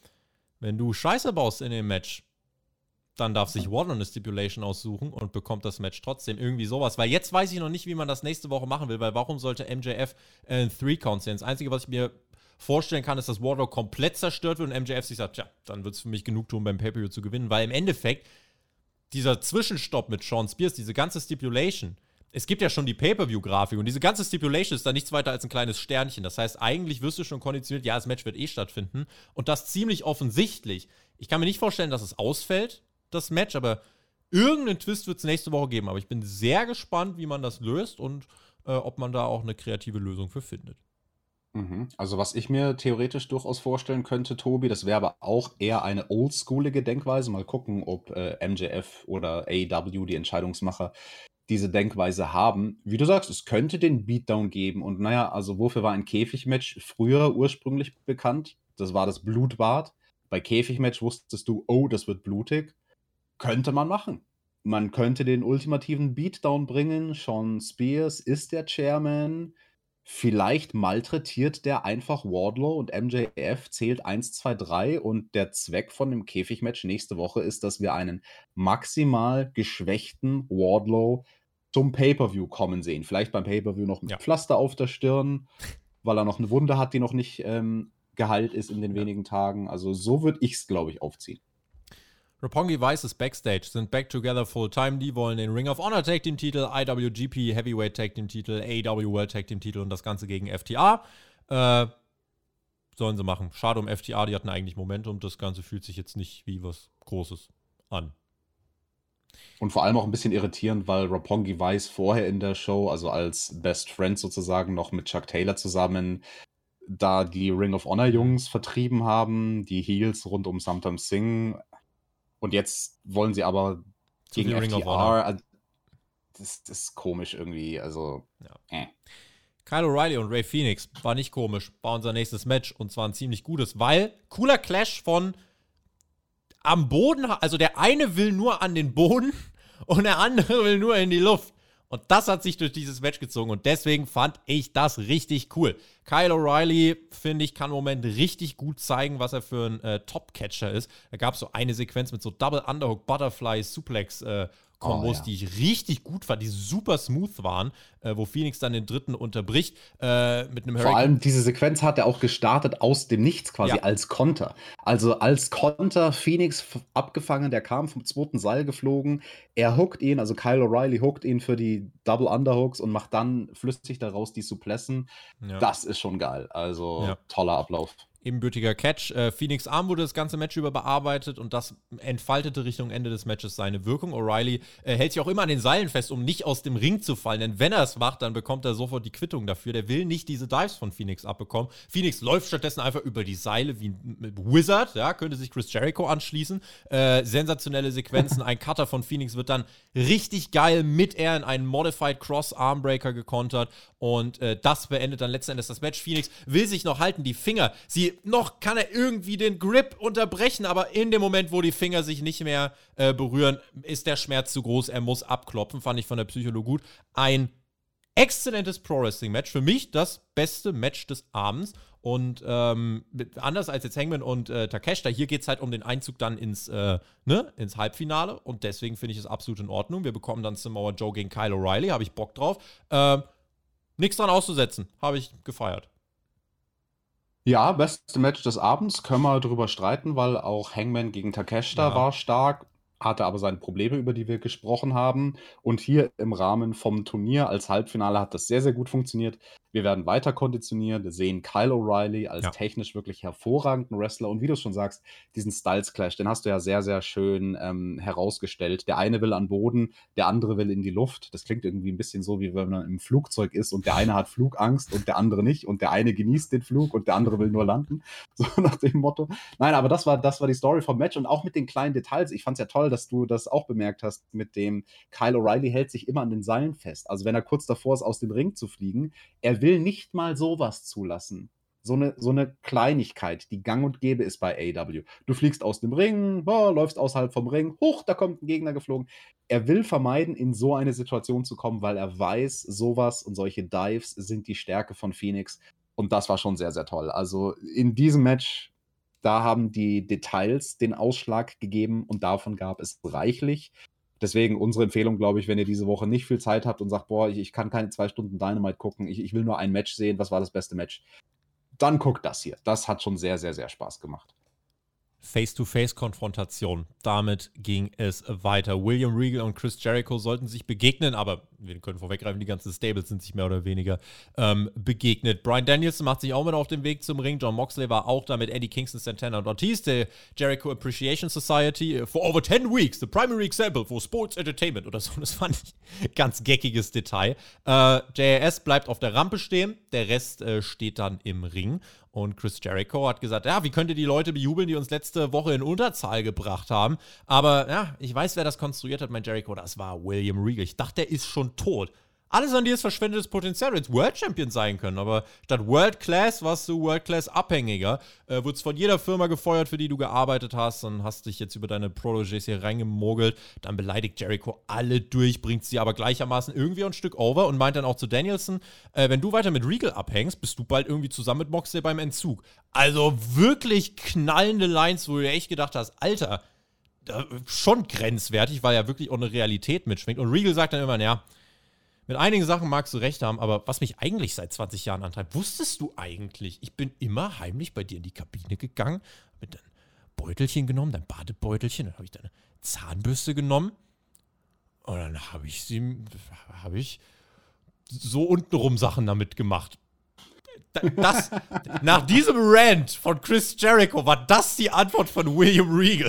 wenn du Scheiße baust in dem Match, dann darf sich Wardlow eine Stipulation aussuchen und bekommt das Match trotzdem. Irgendwie sowas. Weil jetzt weiß ich noch nicht, wie man das nächste Woche machen will, weil warum sollte M J F äh, ein Three-Count sehen? Das Einzige, was ich mir vorstellen kann, ist, dass Wardlow komplett zerstört wird und M J F sich sagt, ja, dann wird es für mich genug tun, beim Pay-Per-View zu gewinnen, weil im Endeffekt dieser Zwischenstopp mit Sean Spears, diese ganze Stipulation, es gibt ja schon die Pay-Per-View-Grafik und diese ganze Stipulation ist da nichts weiter als ein kleines Sternchen. Das heißt, eigentlich wirst du schon konditioniert, ja, das Match wird eh stattfinden und das ziemlich offensichtlich. Ich kann mir nicht vorstellen, dass es ausfällt, das Match, aber irgendeinen Twist wird es nächste Woche geben. Aber ich bin sehr gespannt, wie man das löst und äh, ob man da auch eine kreative Lösung für findet. Mhm. Also was ich mir theoretisch durchaus vorstellen könnte, Tobi, das wäre aber auch eher eine oldschoolige Denkweise. Mal gucken, ob äh, M J F oder A E W, die Entscheidungsmacher, diese Denkweise haben. Wie du sagst, es könnte den Beatdown geben. Und naja, also wofür war ein Käfigmatch früher ursprünglich bekannt? Das war das Blutbad. Bei Käfigmatch wusstest du, oh, das wird blutig. Könnte man machen. Man könnte den ultimativen Beatdown bringen. Sean Spears ist der Chairman. Vielleicht malträtiert der einfach Wardlow und M J F zählt eins, zwei, drei und der Zweck von dem Käfigmatch nächste Woche ist, dass wir einen maximal geschwächten Wardlow zum Pay-Per-View kommen sehen. Vielleicht beim Pay-Per-View noch mit Ja. Pflaster auf der Stirn, weil er noch eine Wunde hat, die noch nicht ähm, geheilt ist in den Ja. wenigen Tagen. Also so würde ich es, glaube ich, aufziehen. Roppongi Vice ist Backstage, sind back together full time. Die wollen den Ring of Honor Tag Team Titel, I W G P Heavyweight Tag Team Titel, A E W World Tag Team Titel und das Ganze gegen F T R. Äh, sollen sie machen. Schade um F T R, die hatten eigentlich Momentum. Das Ganze fühlt sich jetzt nicht wie was Großes an. Und vor allem auch ein bisschen irritierend, weil Roppongi Vice vorher in der Show, also als Best Friend sozusagen, noch mit Chuck Taylor zusammen da die Ring of Honor Jungs vertrieben haben, die Heels rund um Samtam Singh. Und jetzt wollen sie aber Zu gegen viel Ring F of T Honor. R. Das, das ist komisch irgendwie. Also, Ja. äh. Kyle O'Reilly und Ray Phoenix war nicht komisch, war unser nächstes Match und zwar ein ziemlich gutes, weil cooler Clash von am Boden, also der eine will nur an den Boden und der andere will nur in die Luft. Und das hat sich durch dieses Match gezogen und deswegen fand ich das richtig cool. Kyle O'Reilly, finde ich, kann im Moment richtig gut zeigen, was er für ein äh, Top-Catcher ist. Da gab es so eine Sequenz mit so Double Underhook, Butterfly, Suplex äh, Kombos, Oh, ja. die ich richtig gut fand, die super smooth waren, äh, wo Phoenix dann den dritten unterbricht äh, mit einem Hurricane. Vor allem diese Sequenz hat er auch gestartet aus dem Nichts quasi Ja. als Konter. Also als Konter Phoenix f- abgefangen, der kam vom zweiten Seil geflogen. Er hookt ihn, also Kyle O'Reilly hookt ihn für die Double Underhooks und macht dann flüssig daraus die Suplessen. Ja. Das ist schon geil. Also Ja. toller Ablauf. Ebenbürtiger Catch. Äh, Phoenix Arm wurde das ganze Match über bearbeitet und das entfaltete Richtung Ende des Matches seine Wirkung. O'Reilly äh, hält sich auch immer an den Seilen fest, um nicht aus dem Ring zu fallen, denn wenn er es macht, dann bekommt er sofort die Quittung dafür. Der will nicht diese Dives von Phoenix abbekommen. Phoenix läuft stattdessen einfach über die Seile wie ein Wizard, ja, könnte sich Chris Jericho anschließen. Äh, sensationelle Sequenzen. Ein Cutter von Phoenix wird dann richtig geil mit er in einen Modified Cross Armbreaker gekontert und äh, das beendet dann letzten Endes das Match. Phoenix will sich noch halten, die Finger, sie noch kann er irgendwie den Grip unterbrechen, aber in dem Moment, wo die Finger sich nicht mehr äh, berühren, ist der Schmerz zu groß, er muss abklopfen, fand ich von der Psychologie gut. Ein exzellentes Pro-Wrestling-Match, für mich das beste Match des Abends und ähm, anders als jetzt Hangman und äh, Takeshita, hier geht es halt um den Einzug dann ins, äh, ne, ins Halbfinale und deswegen finde ich es absolut in Ordnung. Wir bekommen dann Samoa Joe gegen Kyle O'Reilly, habe ich Bock drauf. Ähm, nichts dran auszusetzen, habe ich gefeiert. Ja, beste Match des Abends, können wir drüber streiten, weil auch Hangman gegen Takeshita Ja. war stark, hatte aber seine Probleme, über die wir gesprochen haben. Und hier im Rahmen vom Turnier als Halbfinale hat das sehr, sehr gut funktioniert. Wir werden weiter konditioniert, sehen Kyle O'Reilly als Ja. technisch wirklich hervorragenden Wrestler und wie du schon sagst, diesen Styles-Clash, den hast du ja sehr, sehr schön ähm, herausgestellt. Der eine will an Boden, der andere will in die Luft. Das klingt irgendwie ein bisschen so, wie wenn man im Flugzeug ist und der eine hat Flugangst und der andere nicht und der eine genießt den Flug und der andere will nur landen. So nach dem Motto. Nein, aber das war, das war die Story vom Match und auch mit den kleinen Details. Ich fand es ja toll, dass du das auch bemerkt hast mit dem Kyle O'Reilly hält sich immer an den Seilen fest. Also wenn er kurz davor ist, aus dem Ring zu fliegen, er will nicht mal sowas zulassen. So eine, so eine Kleinigkeit, die gang und gäbe ist bei A E W. Du fliegst aus dem Ring, boah, läufst außerhalb vom Ring, hoch, da kommt ein Gegner geflogen. Er will vermeiden, in so eine Situation zu kommen, weil er weiß, sowas und solche Dives sind die Stärke von Phoenix. Und das war schon sehr, sehr toll. Also in diesem Match, da haben die Details den Ausschlag gegeben und davon gab es reichlich. Deswegen unsere Empfehlung, glaube ich, wenn ihr diese Woche nicht viel Zeit habt und sagt, boah, ich, ich kann keine zwei Stunden Dynamite gucken, ich, ich will nur ein Match sehen, was war das beste Match? Dann guckt das hier. Das hat schon sehr, sehr, sehr Spaß gemacht. Face-to-Face-Konfrontation. Damit ging es weiter. William Regal und Chris Jericho sollten sich begegnen, aber wir können vorweggreifen, die ganzen Stables sind sich mehr oder weniger ähm, begegnet. Bryan Danielson macht sich auch mit auf den Weg zum Ring. John Moxley war auch da mit Eddie Kingston, Santana und Ortiz. Der Jericho Appreciation Society for over ten weeks, the primary example for sports entertainment oder so. Das fand ich ein ganz geckiges Detail. Äh, J R S bleibt auf der Rampe stehen, der Rest äh, steht dann im Ring. Und Chris Jericho hat gesagt, ja, wie könnt ihr die Leute bejubeln, die uns letzte Woche in Unterzahl gebracht haben? Aber ja, ich weiß, wer das konstruiert hat, mein Jericho, das war William Regal. Ich dachte, der ist schon tot. Alles an dir ist verschwendetes Potenzial. Du hättest World Champion sein können, aber statt World Class warst du World Class Abhängiger. Äh, wurdest von jeder Firma gefeuert, für die du gearbeitet hast und hast dich jetzt über deine Protégés hier reingemogelt. Dann beleidigt Jericho alle durch, bringt sie aber gleichermaßen irgendwie ein Stück over und meint dann auch zu Danielson, äh, wenn du weiter mit Regal abhängst, bist du bald irgendwie zusammen mit Moxley beim Entzug. Also wirklich knallende Lines, wo du echt gedacht hast, Alter, schon grenzwertig, weil ja wirklich auch eine Realität mitschwingt. Und Regal sagt dann immer, ja, mit einigen Sachen magst du recht haben, aber was mich eigentlich seit zwanzig Jahren antreibt, wusstest du eigentlich, ich bin immer heimlich bei dir in die Kabine gegangen, hab mir dein Beutelchen genommen, dein Badebeutelchen, dann habe ich deine Zahnbürste genommen und dann habe ich sie, habe ich so untenrum Sachen damit gemacht. Das, nach diesem Rant von Chris Jericho war das die Antwort von William Regal.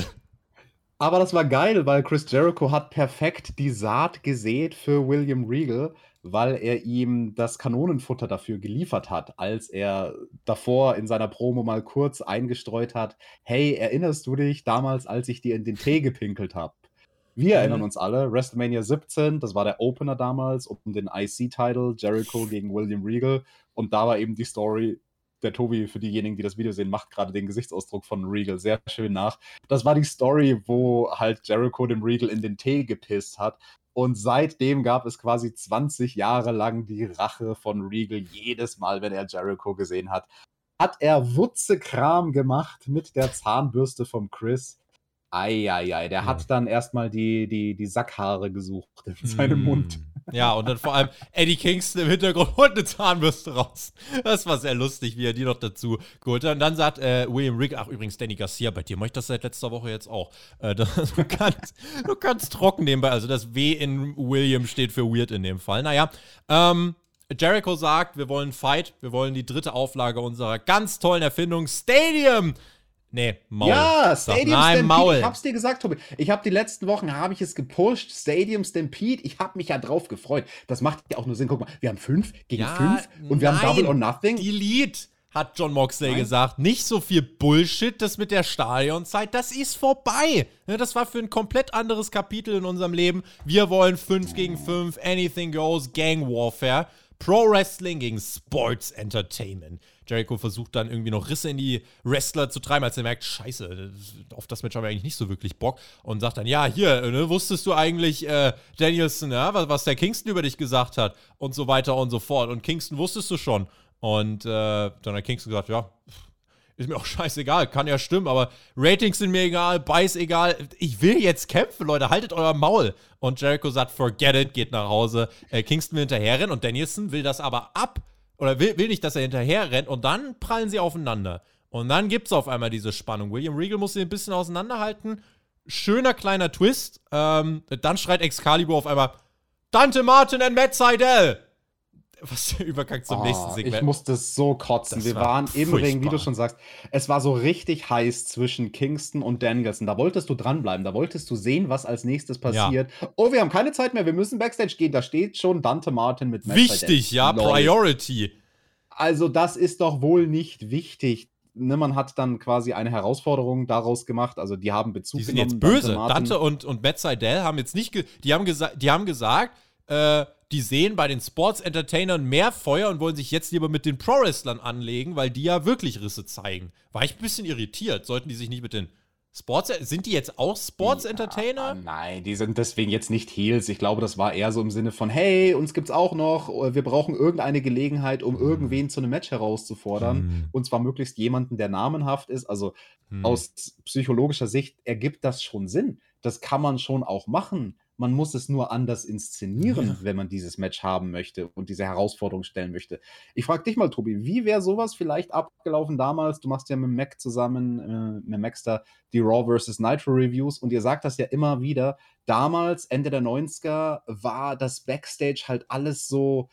Aber das war geil, weil Chris Jericho hat perfekt die Saat gesät für William Regal, weil er ihm das Kanonenfutter dafür geliefert hat, als er davor in seiner Promo mal kurz eingestreut hat, hey, erinnerst du dich damals, als ich dir in den Tee gepinkelt habe? Wir erinnern uns alle, WrestleMania siebzehn, das war der Opener damals um den I C-Title, Jericho gegen William Regal und da war eben die Story. Der Tobi, für diejenigen, die das Video sehen, macht gerade den Gesichtsausdruck von Regal sehr schön nach. Das war die Story, wo halt Jericho dem Regal in den Tee gepisst hat. Und seitdem gab es quasi zwanzig Jahre lang die Rache von Regal. Jedes Mal, wenn er Jericho gesehen hat, hat er Wutzekram gemacht mit der Zahnbürste vom Chris. Eieiei, der ja. hat dann erstmal die, die, die Sackhaare gesucht in seinem mm. Mund. Ja, und dann vor allem Eddie Kingston im Hintergrund holt eine Zahnbürste raus. Das war sehr lustig, wie er die noch dazu geholt hat. Und dann sagt äh, William Regal, ach übrigens, Danny Garcia, bei dir mache ich das seit letzter Woche jetzt auch. Äh, das, du, kannst, du kannst trocken nebenbei, also das W in William steht für weird in dem Fall. Naja, ähm, Jericho sagt, wir wollen Fight, wir wollen die dritte Auflage unserer ganz tollen Erfindung Stadium. Nee, Maul. Ja, Stadium Nein, Stampede. Maul. Ich hab's dir gesagt, Tobi. Ich hab die letzten Wochen, habe ich es gepusht. Stadium Stampede. Ich hab mich ja drauf gefreut. Das macht ja auch nur Sinn. Guck mal, wir haben fünf gegen ja, fünf und wir nein, haben Double or Nothing. Delete, hat John Moxley Nein. gesagt. Nicht so viel Bullshit, das mit der Stadionzeit, das ist vorbei. Das war für ein komplett anderes Kapitel in unserem Leben. Wir wollen fünf gegen fünf, Anything Goes, Gang Warfare. Pro Wrestling gegen Sports Entertainment. Jericho versucht dann irgendwie noch Risse in die Wrestler zu treiben, als er merkt, scheiße, auf das Match haben wir eigentlich nicht so wirklich Bock. Und sagt dann, ja, hier, ne, wusstest du eigentlich, äh, Danielson, ja, was, was der Kingston über dich gesagt hat? Und so weiter und so fort. Und Kingston wusstest du schon. Und äh, dann hat Kingston gesagt, ja, ist mir auch scheißegal, kann ja stimmen, aber Ratings sind mir egal, Buys egal. Ich will jetzt kämpfen, Leute, haltet euer Maul. Und Jericho sagt, forget it, geht nach Hause. Äh, Kingston will hinterherrennen und Danielson will das aber ab. Oder will, will nicht, dass er hinterher rennt. Und dann prallen sie aufeinander. Und dann gibt es auf einmal diese Spannung. William Regal muss sie ein bisschen auseinanderhalten. Schöner kleiner Twist. Ähm, dann schreit Excalibur auf einmal, Dante Martin und Matt Sydal. was der Übergang zum Oh, nächsten Segment. Ich musste so kotzen. Das Wir war waren im furchtbar. Ring, wie du schon sagst. Es war so richtig heiß zwischen Kingston und Danielson. Da wolltest du dranbleiben. Da wolltest du sehen, was als nächstes passiert. Oh, wir haben keine Zeit mehr. Wir müssen Backstage gehen. Da steht schon Dante Martin mit Matt Wichtig, Sydal. ja, Lol. Priority. Also, das ist doch wohl nicht wichtig. Ne, man hat dann quasi eine Herausforderung daraus gemacht. Also, die haben Bezug Die sind genommen. jetzt böse. Dante, Martin. Dante und, und Matt Sydal haben jetzt nicht, ge die haben, gesa die haben gesagt, äh, die sehen bei den Sports-Entertainern mehr Feuer und wollen sich jetzt lieber mit den Pro-Wrestlern anlegen, weil die ja wirklich Risse zeigen. War ich ein bisschen irritiert. Sollten die sich nicht mit den Sports... Sind die jetzt auch Sports-Entertainer? Ja, nein, die sind deswegen jetzt nicht Heels. Ich glaube, das war eher so im Sinne von, hey, uns gibt's auch noch, wir brauchen irgendeine Gelegenheit, um irgendwen zu einem Match herauszufordern. Hm. Und zwar möglichst jemanden, der namenhaft ist. Also Hm. aus psychologischer Sicht ergibt das schon Sinn. Das kann man schon auch machen. Man muss es nur anders inszenieren, Ja. wenn man dieses Match haben möchte und diese Herausforderung stellen möchte. Ich frage dich mal, Tobi, wie wäre sowas vielleicht abgelaufen damals? Du machst ja mit Mac zusammen, äh, mit Maxter, die Raw versus. Nitro Reviews und ihr sagt das ja immer wieder. Damals, Ende der neunziger, war das Backstage halt alles so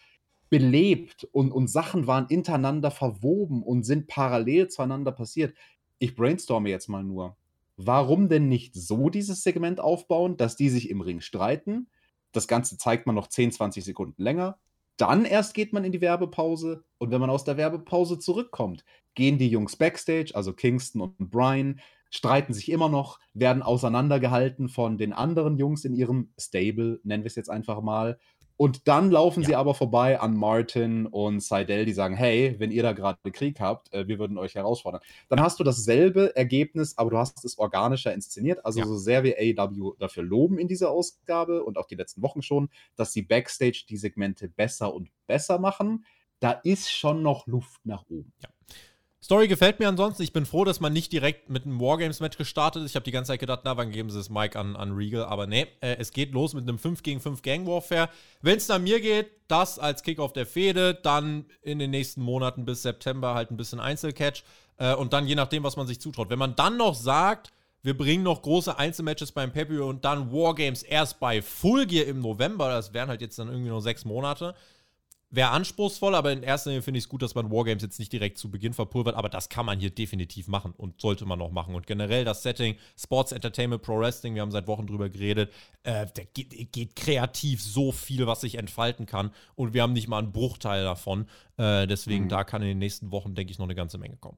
belebt und, und Sachen waren hintereinander verwoben und sind parallel zueinander passiert. Ich brainstorme jetzt mal nur. Warum denn nicht so dieses Segment aufbauen, dass die sich im Ring streiten? Das Ganze zeigt man noch zehn, zwanzig Sekunden länger. Dann erst geht man in die Werbepause. Und wenn man aus der Werbepause zurückkommt, gehen die Jungs Backstage, also Kingston und Bryan, streiten sich immer noch, werden auseinandergehalten von den anderen Jungs in ihrem Stable, nennen wir es jetzt einfach mal. Und dann laufen Ja. sie aber vorbei an Martin und Sydal, die sagen, hey, wenn ihr da gerade Krieg habt, äh, wir würden euch herausfordern. Dann hast du dasselbe Ergebnis, aber du hast es organischer inszeniert. Also Ja. so sehr wir A E W dafür loben in dieser Ausgabe und auch die letzten Wochen schon, dass sie Backstage die Segmente besser und besser machen, da ist schon noch Luft nach oben. Ja. Story gefällt mir ansonsten. Ich bin froh, dass man nicht direkt mit einem Wargames-Match gestartet ist. Ich habe die ganze Zeit gedacht, na, wann geben sie das Mic an, an Regal? Aber nee, äh, es geht los mit einem fünf gegen fünf Gang-Warfare. Wenn es nach mir geht, das als Kickoff der Fehde, dann in den nächsten Monaten bis September halt ein bisschen Einzelcatch äh, und dann je nachdem, was man sich zutraut. Wenn man dann noch sagt, wir bringen noch große Einzelmatches beim Pay-Per-View und dann Wargames erst bei Full Gear im November, das wären halt jetzt dann irgendwie nur sechs Monate, wäre anspruchsvoll, aber in erster Linie finde ich es gut, dass man Wargames jetzt nicht direkt zu Beginn verpulvert, aber das kann man hier definitiv machen und sollte man noch machen. Und generell das Setting, Sports Entertainment, Pro Wrestling, wir haben seit Wochen drüber geredet, äh, da geht, geht kreativ so viel, was sich entfalten kann und wir haben nicht mal einen Bruchteil davon. Äh, deswegen, Mhm. da kann in den nächsten Wochen, denke ich, noch eine ganze Menge kommen.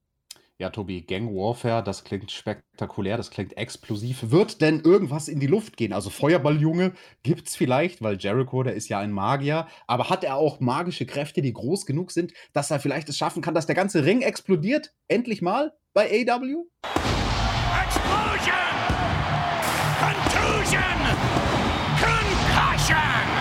Ja, Tobi, Gang Warfare, das klingt spektakulär, das klingt explosiv. Wird denn irgendwas in die Luft gehen? Also Feuerballjunge gibt's vielleicht, weil Jericho, der ist ja ein Magier, aber hat er auch magische Kräfte, die groß genug sind, dass er vielleicht es schaffen kann, dass der ganze Ring explodiert? Endlich mal bei A E W? Explosion! Contusion! Concussion!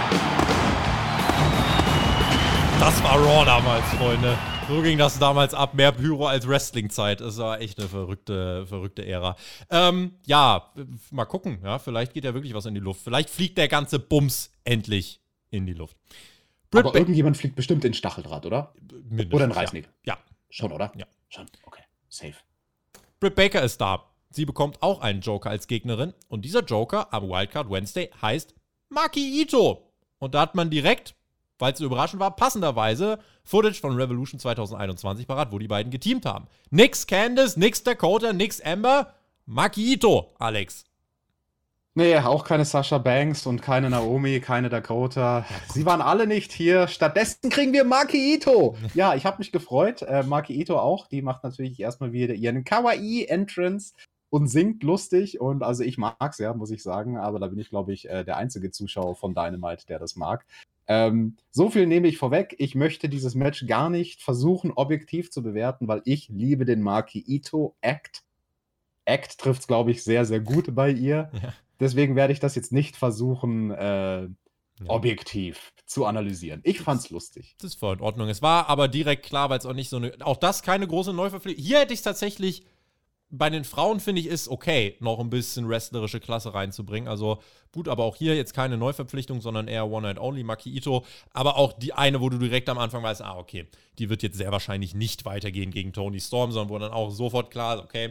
Das war Raw damals, Freunde. So ging das damals ab. Mehr Pyro als Wrestling-Zeit. Es war echt eine verrückte, verrückte Ära. Ähm, ja, mal gucken. Ja, vielleicht geht ja wirklich was in die Luft. Vielleicht fliegt der ganze Bums endlich in die Luft. Britt Aber Ba- irgendjemand fliegt bestimmt in Stacheldraht, oder? Mindestens, Oder in Reißnägel. Ja. Schon, oder? Ja. Schon, okay. Safe. Britt Baker ist da. Sie bekommt auch einen Joker als Gegnerin. Und dieser Joker am Wildcard Wednesday heißt Maki Ito. Und da hat man direkt, weil es überraschend war, passenderweise Footage von Revolution zwanzig einundzwanzig parat, wo die beiden geteamt haben. Nix Candice, nix Dakota, nix Amber, Maki Ito, Alex. Nee, auch keine Sasha Banks und keine Naomi, keine Dakota. Sie waren alle nicht hier. Stattdessen kriegen wir Maki Ito. Ja, ich habe mich gefreut. Äh, Maki Ito auch. Die macht natürlich erstmal wieder ihren Kawaii-Entrance und singt lustig. Und also ich mag's ja, muss ich sagen. Aber da bin ich, glaube ich, äh, der einzige Zuschauer von Dynamite, der das mag. Ähm, so viel nehme ich vorweg. Ich möchte dieses Match gar nicht versuchen, objektiv zu bewerten, weil ich liebe den Maki Ito-Act. Act trifft's, glaube ich, sehr, sehr gut bei ihr. Ja. Deswegen werde ich das jetzt nicht versuchen, äh, Ja. objektiv zu analysieren. Ich fand's lustig. Das ist voll in Ordnung. Es war aber direkt klar, weil es auch nicht so eine. Auch das keine große Neuverpflichtung. Hier hätte ich es tatsächlich. Bei den Frauen finde ich, ist okay, noch ein bisschen wrestlerische Klasse reinzubringen. Also gut, aber auch hier jetzt keine Neuverpflichtung, sondern eher One-Night-Only, Maki Ito. Aber auch die eine, wo du direkt am Anfang weißt, ah, okay, die wird jetzt sehr wahrscheinlich nicht weitergehen gegen Toni Storm, sondern wo dann auch sofort klar ist, okay,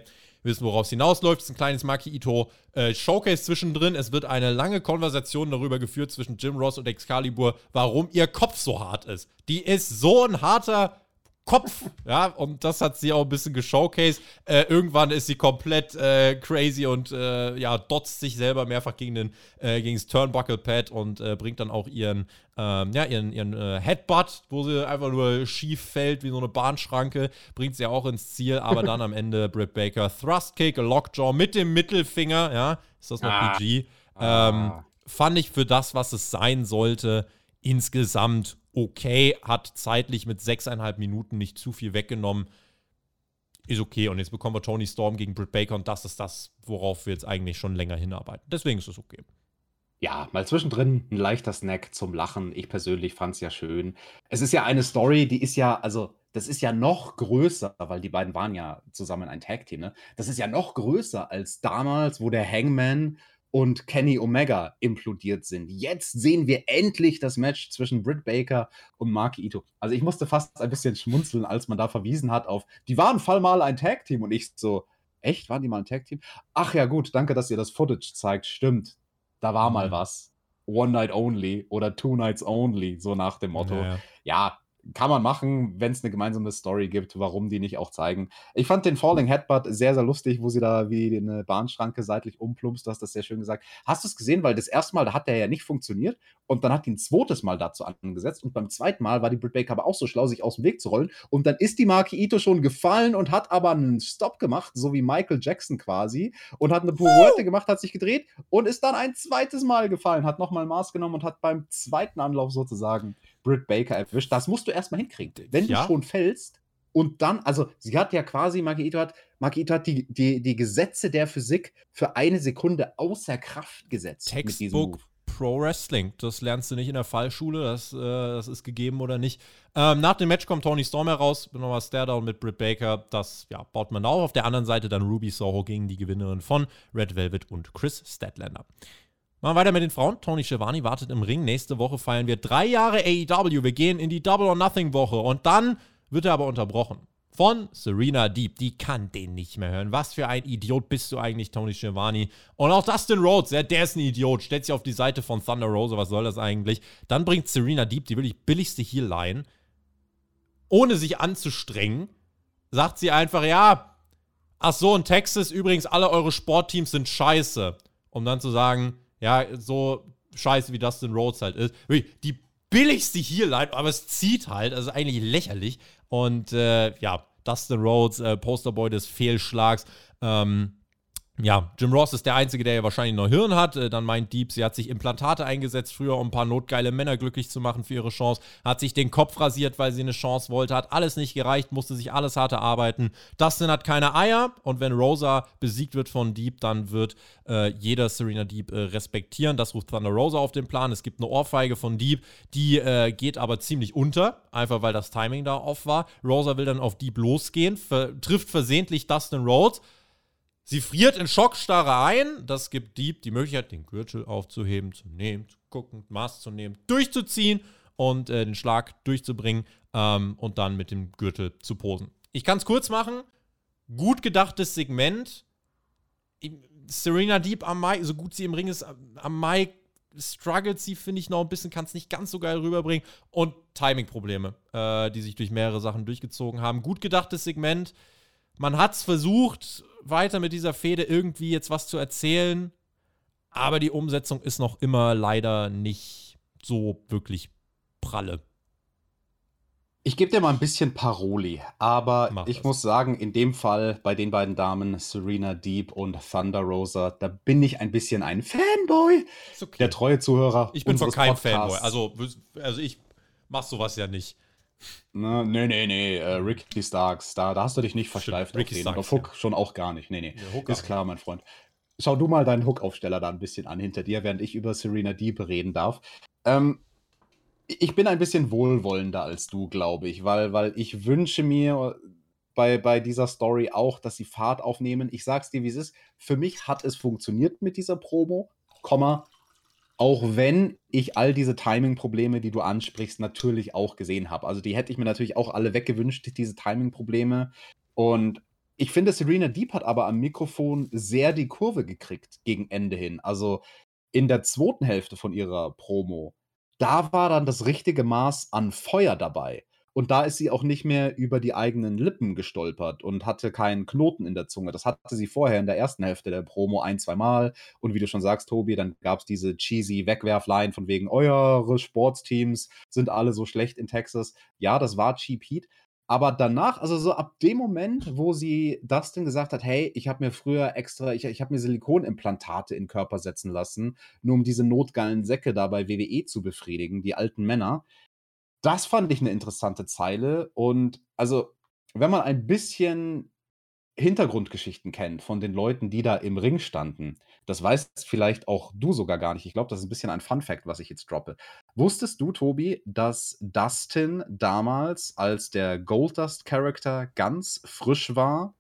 wissen, worauf es hinausläuft. Es ist ein kleines Maki Ito äh, Showcase zwischendrin. Es wird eine lange Konversation darüber geführt zwischen Jim Ross und Excalibur, warum ihr Kopf so hart ist. Die ist so ein harter Kopf, ja, und das hat sie auch ein bisschen geshowcased. Äh, irgendwann ist sie komplett äh, crazy und äh, ja, dotzt sich selber mehrfach gegen, den, äh, gegen das Turnbuckle-Pad und äh, bringt dann auch ihren, ähm, ja, ihren, ihren äh, Headbutt, wo sie einfach nur schief fällt wie so eine Bahnschranke, bringt sie auch ins Ziel, aber dann am Ende Britt Baker Thrust-Kick, Lockjaw mit dem Mittelfinger, ja, ist das noch ah. P G? Ah. Ähm, fand ich für das, was es sein sollte, insgesamt okay, hat zeitlich mit sechseinhalb Minuten nicht zu viel weggenommen. Ist okay. Und jetzt bekommen wir Toni Storm gegen Britt Baker und das ist das, worauf wir jetzt eigentlich schon länger hinarbeiten. Deswegen ist es okay. Ja, mal zwischendrin ein leichter Snack zum Lachen. Ich persönlich fand es ja schön. Es ist ja eine Story, die ist ja, also das ist ja noch größer, weil die beiden waren ja zusammen ein Tag-Team, ne? Das ist ja noch größer als damals, wo der Hangman und Kenny Omega implodiert sind. Jetzt sehen wir endlich das Match zwischen Britt Baker und Maki Ito. Also ich musste fast ein bisschen schmunzeln, als man da verwiesen hat auf, die waren Fall mal ein Tag-Team. Und ich so, echt, waren die mal ein Tag-Team? Ach ja gut, danke, dass ihr das Footage zeigt. Stimmt, da war mhm. mal was. One Night Only oder Two Nights Only, so nach dem Motto. Ja, ja. ja kann man machen, wenn es eine gemeinsame Story gibt, warum die nicht auch zeigen. Ich fand den Falling Headbutt sehr, sehr lustig, wo sie da wie eine Bahnschranke seitlich umplumpst. Du hast das sehr schön gesagt. Hast du es gesehen? Weil das erste Mal, da hat der ja nicht funktioniert und dann hat die ein zweites Mal dazu angesetzt und beim zweiten Mal war die Britt Baker aber auch so schlau, sich aus dem Weg zu rollen und dann ist die Maki Ito schon gefallen und hat aber einen Stop gemacht, so wie Michael Jackson quasi und hat eine Pirouette gemacht, hat sich gedreht und ist dann ein zweites Mal gefallen, hat nochmal Maß genommen und hat beim zweiten Anlauf sozusagen Britt Baker erwischt. Das musst du erstmal hinkriegen. Wenn ja. du schon fällst und dann, also sie hat ja quasi, Maki Ito hat, Maki Ito hat die, die, die Gesetze der Physik für eine Sekunde außer Kraft gesetzt. Textbook Pro Wrestling. Das lernst du nicht in der Fallschule, das, äh, das ist gegeben oder nicht. Ähm, nach dem Match kommt Toni Storm heraus, mit nochmal Staredown mit Britt Baker. Das ja, baut man auf. Auf der anderen Seite dann Ruby Soho gegen die Gewinnerin von Red Velvet und Chris Statlander. Machen wir weiter mit den Frauen. Tony Schiavone wartet im Ring. Nächste Woche feiern wir drei Jahre A E W. Wir gehen in die Double or Nothing Woche. Und dann wird er aber unterbrochen von Serena Deeb. Die kann den nicht mehr hören. Was für ein Idiot bist du eigentlich, Tony Schiavone? Und auch Dustin Rhodes, ja, der ist ein Idiot. Stellt sich auf die Seite von Thunder Rosa. Was soll das eigentlich? Dann bringt Serena Deeb die wirklich billigste Heel-Line. Ohne sich anzustrengen, sagt sie einfach, ja, ach so, in Texas übrigens, alle eure Sportteams sind scheiße. Um dann zu sagen, ja, so scheiße wie Dustin Rhodes halt ist. Die billigste Heel-Line, aber es zieht halt, also eigentlich lächerlich. Und äh, ja, Dustin Rhodes, äh, Posterboy des Fehlschlags. Ähm, ja, Jim Ross ist der Einzige, der ja wahrscheinlich noch Hirn hat. Äh, dann meint Deeb, sie hat sich Implantate eingesetzt früher, um ein paar notgeile Männer glücklich zu machen für ihre Chance. Hat sich den Kopf rasiert, weil sie eine Chance wollte. Hat alles nicht gereicht, musste sich alles hart erarbeiten. Dustin hat keine Eier. Und wenn Rosa besiegt wird von Deeb, dann wird äh, jeder Serena Deeb äh, respektieren. Das ruft Thunder Rosa auf den Plan. Es gibt eine Ohrfeige von Deeb, die äh, geht aber ziemlich unter. Einfach weil das Timing da off war. Rosa will dann auf Deeb losgehen, ver- trifft versehentlich Dustin Rhodes. Sie friert in Schockstarre ein. Das gibt Deeb die Möglichkeit, den Gürtel aufzuheben, zu nehmen, zu gucken, Maß zu nehmen, durchzuziehen und äh, den Schlag durchzubringen ähm, und dann mit dem Gürtel zu posen. Ich kann es kurz machen. Gut gedachtes Segment. Serena Deeb am Mic, so gut sie im Ring ist, am Mic struggelt sie, finde ich, noch ein bisschen, kann es nicht ganz so geil rüberbringen. Und Timing-Probleme, äh, die sich durch mehrere Sachen durchgezogen haben. Gut gedachtes Segment. Man hat es versucht, weiter mit dieser Fehde irgendwie jetzt was zu erzählen, aber die Umsetzung ist noch immer leider nicht so wirklich pralle. Ich gebe dir mal ein bisschen Paroli, aber Mach ich das. muss sagen, in dem Fall bei den beiden Damen, Serena Deeb und Thunder Rosa, da bin ich ein bisschen ein Fanboy. Ist okay. Der treue Zuhörer. Ich bin von unseres keinem Podcasts. Fanboy. Also, also ich mach sowas ja nicht. Ne, nee, nee, nee, äh, Ricky Starks, da, da hast du dich nicht versteift Ricky auf den. Starks, Auf Hook schon auch gar nicht. Nee, nee, Ja, Hook ist auch klar, mein Freund. Schau du mal deinen Hook-Aufsteller da ein bisschen an hinter dir, während ich über Serena Deeb reden darf. Ähm, ich bin ein bisschen wohlwollender als du, glaube ich, weil, weil ich wünsche mir bei, bei dieser Story auch, dass sie Fahrt aufnehmen. Ich sag's dir, wie es ist. Für mich hat es funktioniert mit dieser Promo, Komma, auch wenn ich all diese Timing-Probleme, die du ansprichst, natürlich auch gesehen habe. Also die hätte ich mir natürlich auch alle weggewünscht, diese Timing-Probleme. Und ich finde, Serena Deeb hat aber am Mikrofon sehr die Kurve gekriegt gegen Ende hin. Also in der zweiten Hälfte von ihrer Promo, da war dann das richtige Maß an Feuer dabei. Und da ist sie auch nicht mehr über die eigenen Lippen gestolpert und hatte keinen Knoten in der Zunge. Das hatte sie vorher in der ersten Hälfte der Promo ein, zwei Mal. Und wie du schon sagst, Tobi, dann gab es diese cheesy Wegwerfline von wegen, eure Sportsteams sind alle so schlecht in Texas. Ja, das war Cheap Heat. Aber danach, also so ab dem Moment, wo sie Dustin gesagt hat, hey, ich habe mir früher extra, ich, ich habe mir Silikonimplantate in den Körper setzen lassen, nur um diese notgeilen Säcke da bei W W E zu befriedigen, die alten Männer. Das fand ich eine interessante Zeile. Und also, wenn man ein bisschen Hintergrundgeschichten kennt von den Leuten, die da im Ring standen, das weißt vielleicht auch du sogar gar nicht. Ich glaube, das ist ein bisschen ein Fun-Fact, was ich jetzt droppe. Wusstest du, Tobi, dass Dustin damals, als der Goldust-Charakter ganz frisch war,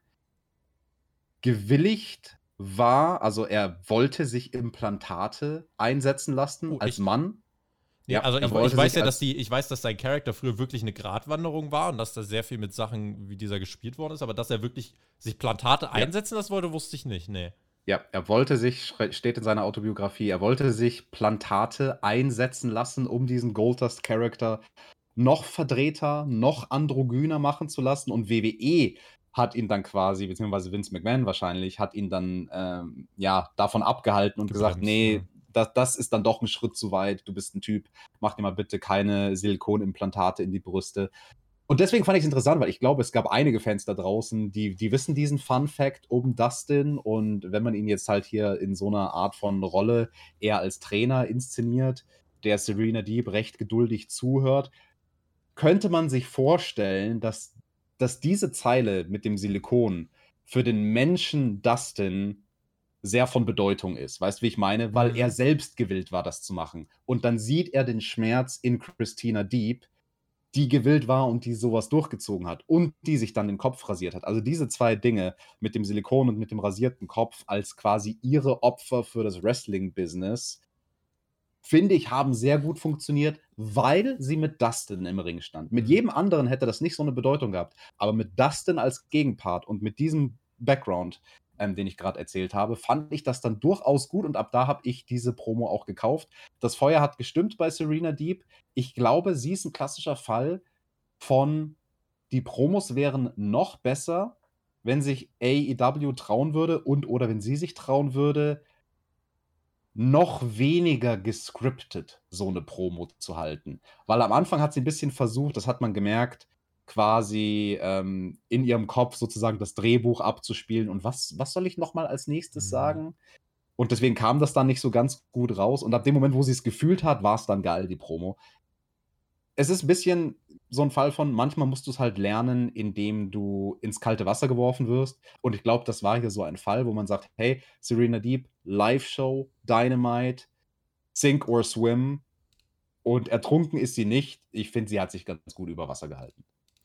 gewilligt war, also er wollte sich Implantate einsetzen lassen Oh, als echt? Mann? Ja, also er ich, wollte ich weiß sich ja, als- dass die, ich weiß, dass sein Charakter früher wirklich eine Gratwanderung war und dass da sehr viel mit Sachen wie dieser gespielt worden ist, aber dass er wirklich sich Plantate einsetzen lassen wollte, wusste ich nicht, nee. Ja, er wollte sich, schre- steht in seiner Autobiografie, er wollte sich Plantate einsetzen lassen, um diesen Goldust-Charakter noch verdrehter, noch androgyner machen zu lassen. Und W W E hat ihn dann quasi, beziehungsweise Vince McMahon wahrscheinlich, hat ihn dann ähm, ja, davon abgehalten und Gebremst, gesagt, nee, ja. das, das ist dann doch ein Schritt zu weit, du bist ein Typ, mach dir mal bitte keine Silikonimplantate in die Brüste. Und deswegen fand ich es interessant, weil ich glaube, es gab einige Fans da draußen, die, die wissen diesen Fun-Fact um Dustin. Und wenn man ihn jetzt halt hier in so einer Art von Rolle eher als Trainer inszeniert, der Serena Deeb recht geduldig zuhört, könnte man sich vorstellen, dass, dass diese Zeile mit dem Silikon für den Menschen Dustin sehr von Bedeutung ist. Weißt du, wie ich meine? Weil Mhm. er selbst gewillt war, das zu machen. Und dann sieht er den Schmerz in Christina Deeb, die gewillt war und die sowas durchgezogen hat und die sich dann den Kopf rasiert hat. Also diese zwei Dinge mit dem Silikon und mit dem rasierten Kopf als quasi ihre Opfer für das Wrestling-Business, finde ich, haben sehr gut funktioniert, weil sie mit Dustin im Ring stand. Mit Mhm. jedem anderen hätte das nicht so eine Bedeutung gehabt, aber mit Dustin als Gegenpart und mit diesem Background, ähm, den ich gerade erzählt habe, fand ich das dann durchaus gut und ab da habe ich diese Promo auch gekauft. Das Feuer hat gestimmt bei Serena Deeb. Ich glaube, sie ist ein klassischer Fall von, die Promos wären noch besser, wenn sich A E W trauen würde und oder wenn sie sich trauen würde, noch weniger gescriptet so eine Promo zu halten. Weil am Anfang hat sie ein bisschen versucht, das hat man gemerkt, quasi ähm, in ihrem Kopf sozusagen das Drehbuch abzuspielen und was, was soll ich nochmal als nächstes Mhm. sagen? Und deswegen kam das dann nicht so ganz gut raus. Und ab dem Moment, wo sie es gefühlt hat, war es dann geil, die Promo. Es ist ein bisschen so ein Fall von, manchmal musst du es halt lernen, indem du ins kalte Wasser geworfen wirst. Und ich glaube, das war hier so ein Fall, wo man sagt, hey, Serena Deeb, Live-Show, Dynamite, Sink or Swim. Und ertrunken ist sie nicht. Ich finde, sie hat sich ganz gut über Wasser gehalten.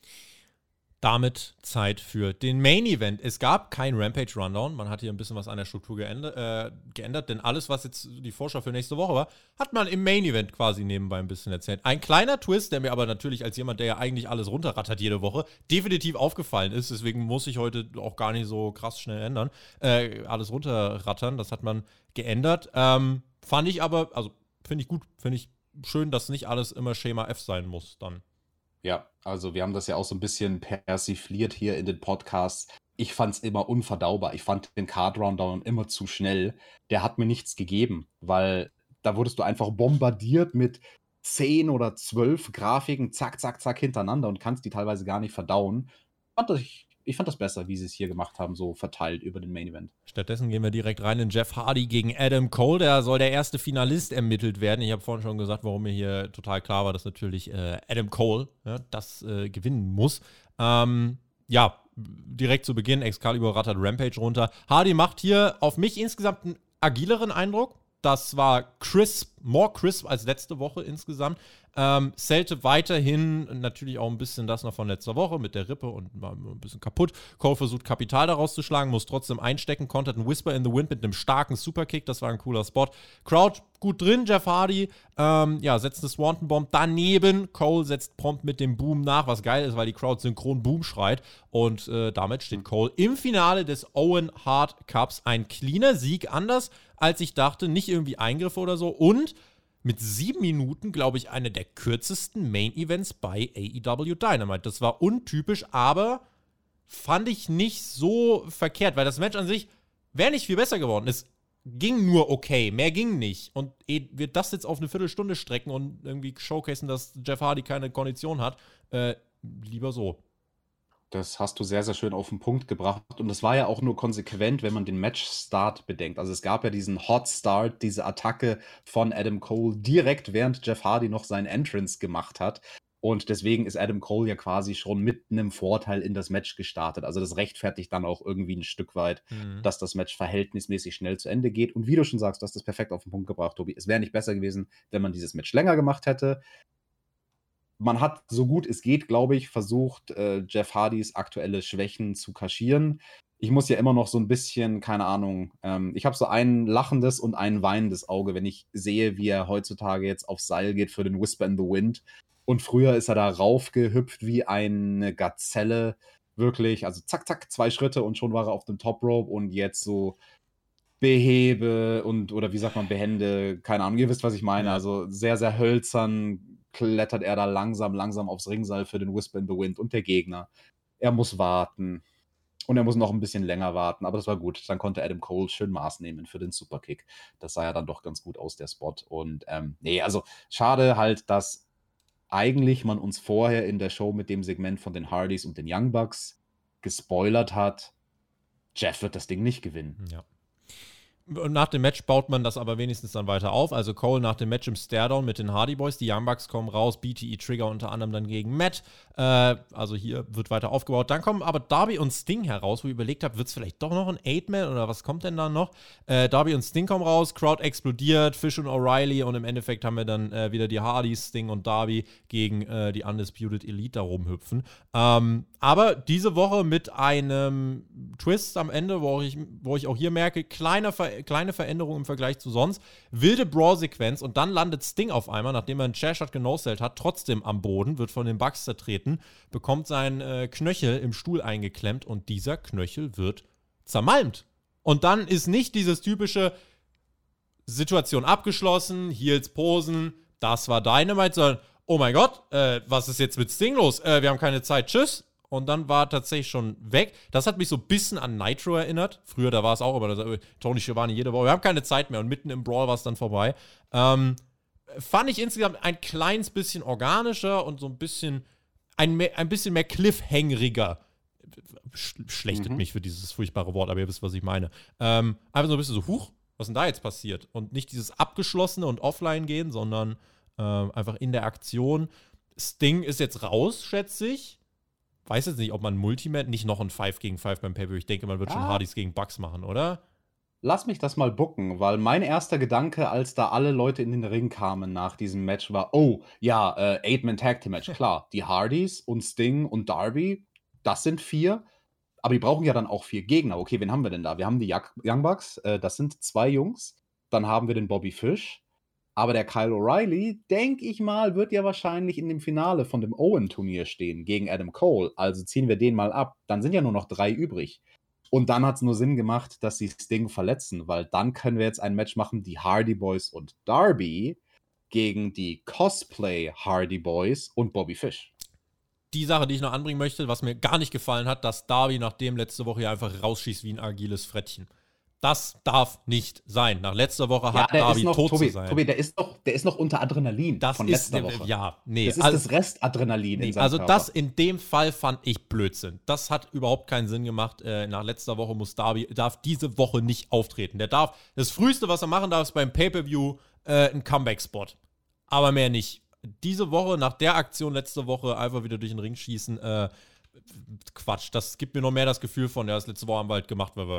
Damit Zeit für den Main Event. Es gab kein Rampage Rundown. Man hat hier ein bisschen was an der Struktur geändert, äh, geändert, denn alles, was jetzt die Vorschau für nächste Woche war, hat man im Main Event quasi nebenbei ein bisschen erzählt. Ein kleiner Twist, der mir aber natürlich als jemand, der ja eigentlich alles runterrattert jede Woche, definitiv aufgefallen ist. Deswegen muss ich heute auch gar nicht so krass schnell ändern. Äh, alles runterrattern, das hat man geändert. Ähm, fand ich aber, also finde ich gut, finde ich schön, dass nicht alles immer Schema F sein muss dann. Ja, also wir haben das ja auch so ein bisschen persifliert hier in den Podcasts. Ich fand es immer unverdaubar. Ich fand den Card Rundown immer zu schnell. Der hat mir nichts gegeben, weil da wurdest du einfach bombardiert mit zehn oder zwölf Grafiken, zack, zack, zack, hintereinander und kannst die teilweise gar nicht verdauen. Ich fand das, ich fand das besser, wie sie es hier gemacht haben, so verteilt über den Main Event. Stattdessen gehen wir direkt rein in Jeff Hardy gegen Adam Cole. Da soll der erste Finalist ermittelt werden. Ich habe vorhin schon gesagt, warum mir hier total klar war, dass natürlich äh, Adam Cole ja, das äh, gewinnen muss. Ähm, ja, direkt zu Beginn, Excalibur rattert Rampage runter. Hardy macht hier auf mich insgesamt einen agileren Eindruck. Das war crisp, more crisp als letzte Woche insgesamt. Ähm, zählte weiterhin natürlich auch ein bisschen das noch von letzter Woche mit der Rippe und war ein bisschen kaputt. Cole versucht Kapital daraus zu schlagen, muss trotzdem einstecken, kontert einen Whisper in the Wind mit einem starken Superkick, das war ein cooler Spot. Crowd gut drin, Jeff Hardy, ähm, ja, setzt eine Swanton Bomb daneben. Cole setzt prompt mit dem Boom nach, was geil ist, weil die Crowd synchron Boom schreit. Und äh, damit steht Cole im Finale des Owen Hart Cups. Ein cleaner Sieg, anders als ich dachte, nicht irgendwie Eingriffe oder so. Und mit sieben Minuten, glaube ich, eine der kürzesten Main-Events bei A E W Dynamite. Das war untypisch, aber fand ich nicht so verkehrt, weil das Match an sich wäre nicht viel besser geworden. Es ging nur okay, mehr ging nicht. Und wird das jetzt auf eine Viertelstunde strecken und irgendwie showcasen, dass Jeff Hardy keine Kondition hat, äh, lieber so. Das hast du sehr, sehr schön auf den Punkt gebracht. Und das war ja auch nur konsequent, wenn man den Match-Start bedenkt. Also es gab ja diesen Hot Start, diese Attacke von Adam Cole direkt während Jeff Hardy noch seinen Entrance gemacht hat. Und deswegen ist Adam Cole ja quasi schon mit einem Vorteil in das Match gestartet. Also das rechtfertigt dann auch irgendwie ein Stück weit, mhm. dass das Match verhältnismäßig schnell zu Ende geht. Und wie du schon sagst, du hast das perfekt auf den Punkt gebracht, Tobi. Es wäre nicht besser gewesen, wenn man dieses Match länger gemacht hätte. Man hat, so gut es geht, glaube ich, versucht, äh, Jeff Hardys aktuelle Schwächen zu kaschieren. Ich muss ja immer noch so ein bisschen, keine Ahnung, ähm, ich habe so ein lachendes und ein weinendes Auge, wenn ich sehe, wie er heutzutage jetzt aufs Seil geht für den Whisper in the Wind. Und früher ist er da raufgehüpft wie eine Gazelle, wirklich, also zack, zack, zwei Schritte und schon war er auf dem Top Rope und jetzt so behebe und, oder wie sagt man, behende, keine Ahnung, ihr wisst, was ich meine, ja. Also sehr, sehr hölzern klettert er da langsam, langsam aufs Ringseil für den Whisper in the Wind und der Gegner. Er muss warten und er muss noch ein bisschen länger warten, aber das war gut. Dann konnte Adam Cole schön Maß nehmen für den Superkick. Das sah ja dann doch ganz gut aus, der Spot. Und ähm, nee, also schade halt, dass eigentlich man uns vorher in der Show mit dem Segment von den Hardys und den Young Bucks gespoilert hat, Jeff wird das Ding nicht gewinnen. Ja. Und nach dem Match baut man das aber wenigstens dann weiter auf. Also Cole nach dem Match im Staredown mit den Hardy Boys. Die Young Bucks kommen raus. B T E Trigger unter anderem dann gegen Matt. Äh, also hier wird weiter aufgebaut. Dann kommen aber Darby und Sting heraus, wo ich überlegt habe, wird es vielleicht doch noch ein Eight-Man oder was kommt denn da noch? Äh, Darby und Sting kommen raus. Crowd explodiert. Fish und O'Reilly. Und im Endeffekt haben wir dann äh, wieder die Hardys, Sting und Darby gegen äh, die Undisputed Elite da rumhüpfen. Ähm, aber diese Woche mit einem Twist am Ende, wo ich, wo ich auch hier merke, kleiner Ver kleine Veränderung im Vergleich zu sonst. Wilde Brawl-Sequenz und dann landet Sting auf einmal, nachdem er einen Chairshot genosellt hat, trotzdem am Boden, wird von den Bucks zertreten, bekommt seinen äh, Knöchel im Stuhl eingeklemmt und dieser Knöchel wird zermalmt. Und dann ist nicht dieses typische Situation abgeschlossen, Heels posen, das war Dynamite, sondern oh mein Gott, äh, was ist jetzt mit Sting los? Äh, wir haben keine Zeit, tschüss. Und dann war er tatsächlich schon weg. Das hat mich so ein bisschen an Nitro erinnert. Früher, da war es auch immer, das, Tony Schiavone jede Woche, wir haben keine Zeit mehr. Und mitten im Brawl war es dann vorbei. Ähm, fand ich insgesamt ein kleines bisschen organischer und so ein bisschen, ein, ein bisschen mehr cliffhangeriger. Sch- schlechtet mhm. mich für dieses furchtbare Wort, aber ihr wisst, was ich meine. Ähm, einfach so ein bisschen so, huch, was ist denn da jetzt passiert? Und nicht dieses abgeschlossene und offline gehen, sondern äh, einfach in der Aktion. Sting ist jetzt raus, schätze ich. Weiß jetzt nicht, ob man Multimat, nicht noch ein fünf gegen fünf beim Pay-Per-View. Ich denke, man wird ja. schon Hardys gegen Bucks machen, oder? Lass mich das mal booken, weil mein erster Gedanke, als da alle Leute in den Ring kamen nach diesem Match, war, oh, ja, äh, Eight-Man-Tag-Team-Match, klar. Die Hardys und Sting und Darby, das sind vier. Aber die brauchen ja dann auch vier Gegner. Okay, wen haben wir denn da? Wir haben die Young Bucks, äh, das sind zwei Jungs. Dann haben wir den Bobby Fish. Aber der Kyle O'Reilly, denke ich mal, wird ja wahrscheinlich in dem Finale von dem Owen-Turnier stehen gegen Adam Cole. Also ziehen wir den mal ab. Dann sind ja nur noch drei übrig. Und dann hat es nur Sinn gemacht, dass sie Sting verletzen, weil dann können wir jetzt ein Match machen, die Hardy Boys und Darby gegen die Cosplay Hardy Boys und Bobby Fish. Die Sache, die ich noch anbringen möchte, was mir gar nicht gefallen hat, dass Darby nachdem letzte Woche ja einfach rausschießt wie ein agiles Frettchen. Das darf nicht sein. Nach letzter Woche ja, hat Darby noch, tot Tobi, zu sein. Tobi, der ist noch, der ist noch unter Adrenalin das von ist, letzter Woche. Ja, nee. Das ist also, das Restadrenalin nee, in seinem Also Körper. Das in dem Fall fand ich Blödsinn. Das hat überhaupt keinen Sinn gemacht. Äh, nach letzter Woche muss Darby, darf diese Woche nicht auftreten. Der darf, das Früheste, was er machen darf, ist beim Pay-Per-View äh, ein Comeback-Spot. Aber mehr nicht. Diese Woche, nach der Aktion letzte Woche, einfach wieder durch den Ring schießen, äh, Quatsch. Das gibt mir noch mehr das Gefühl von, ja, das letzte Woche haben wir halt gemacht, weil wir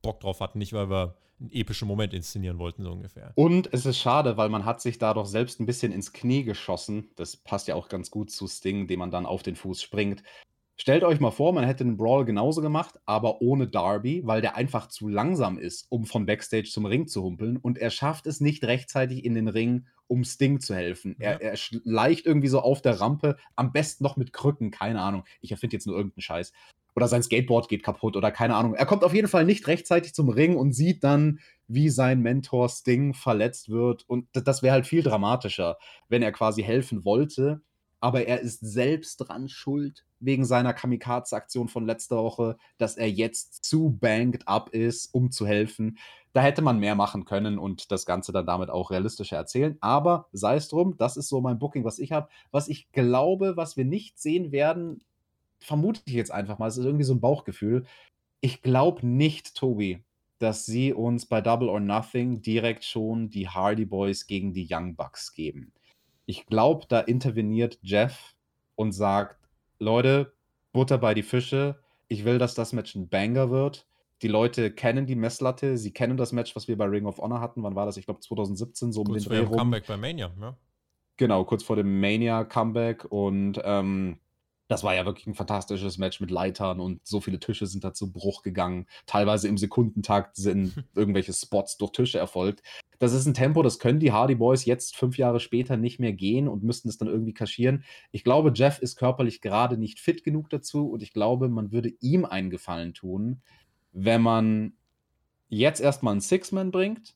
Bock drauf hatten, nicht weil wir einen epischen Moment inszenieren wollten, so ungefähr. Und es ist schade, weil man hat sich da doch selbst ein bisschen ins Knie geschossen. Das passt ja auch ganz gut zu Sting, dem man dann auf den Fuß springt. Stellt euch mal vor, man hätte den Brawl genauso gemacht, aber ohne Darby, weil der einfach zu langsam ist, um von Backstage zum Ring zu humpeln. Und er schafft es nicht rechtzeitig in den Ring, um Sting zu helfen. Ja. Er, er schleicht irgendwie so auf der Rampe, am besten noch mit Krücken, keine Ahnung. Ich erfinde jetzt nur irgendeinen Scheiß. Oder sein Skateboard geht kaputt oder keine Ahnung. Er kommt auf jeden Fall nicht rechtzeitig zum Ring und sieht dann, wie sein Mentor Sting verletzt wird. Und das wäre halt viel dramatischer, wenn er quasi helfen wollte. Aber er ist selbst dran schuld, wegen seiner Kamikaze-Aktion von letzter Woche, dass er jetzt zu banged up ist, um zu helfen. Da hätte man mehr machen können und das Ganze dann damit auch realistischer erzählen. Aber sei es drum, das ist so mein Booking, was ich habe. Was ich glaube, was wir nicht sehen werden, vermute ich jetzt einfach mal, es ist irgendwie so ein Bauchgefühl. Ich glaube nicht, Tobi, dass sie uns bei Double or Nothing direkt schon die Hardy Boys gegen die Young Bucks geben. Ich glaube, da interveniert Jeff und sagt, Leute, Butter bei die Fische, ich will, dass das Match ein Banger wird. Die Leute kennen die Messlatte, sie kennen das Match, was wir bei Ring of Honor hatten. Wann war das? Ich glaube zwanzig siebzehn, so um Kurz den vor Dreh dem rum. Comeback bei Mania, ja. Genau, kurz vor dem Mania-Comeback und ähm, das war ja wirklich ein fantastisches Match mit Leitern und so viele Tische sind da zu Bruch gegangen. Teilweise im Sekundentakt sind irgendwelche Spots durch Tische erfolgt. Das ist ein Tempo, das können die Hardy Boys jetzt fünf Jahre später nicht mehr gehen und müssten es dann irgendwie kaschieren. Ich glaube, Jeff ist körperlich gerade nicht fit genug dazu und ich glaube, man würde ihm einen Gefallen tun, wenn man jetzt erstmal einen Six-Man bringt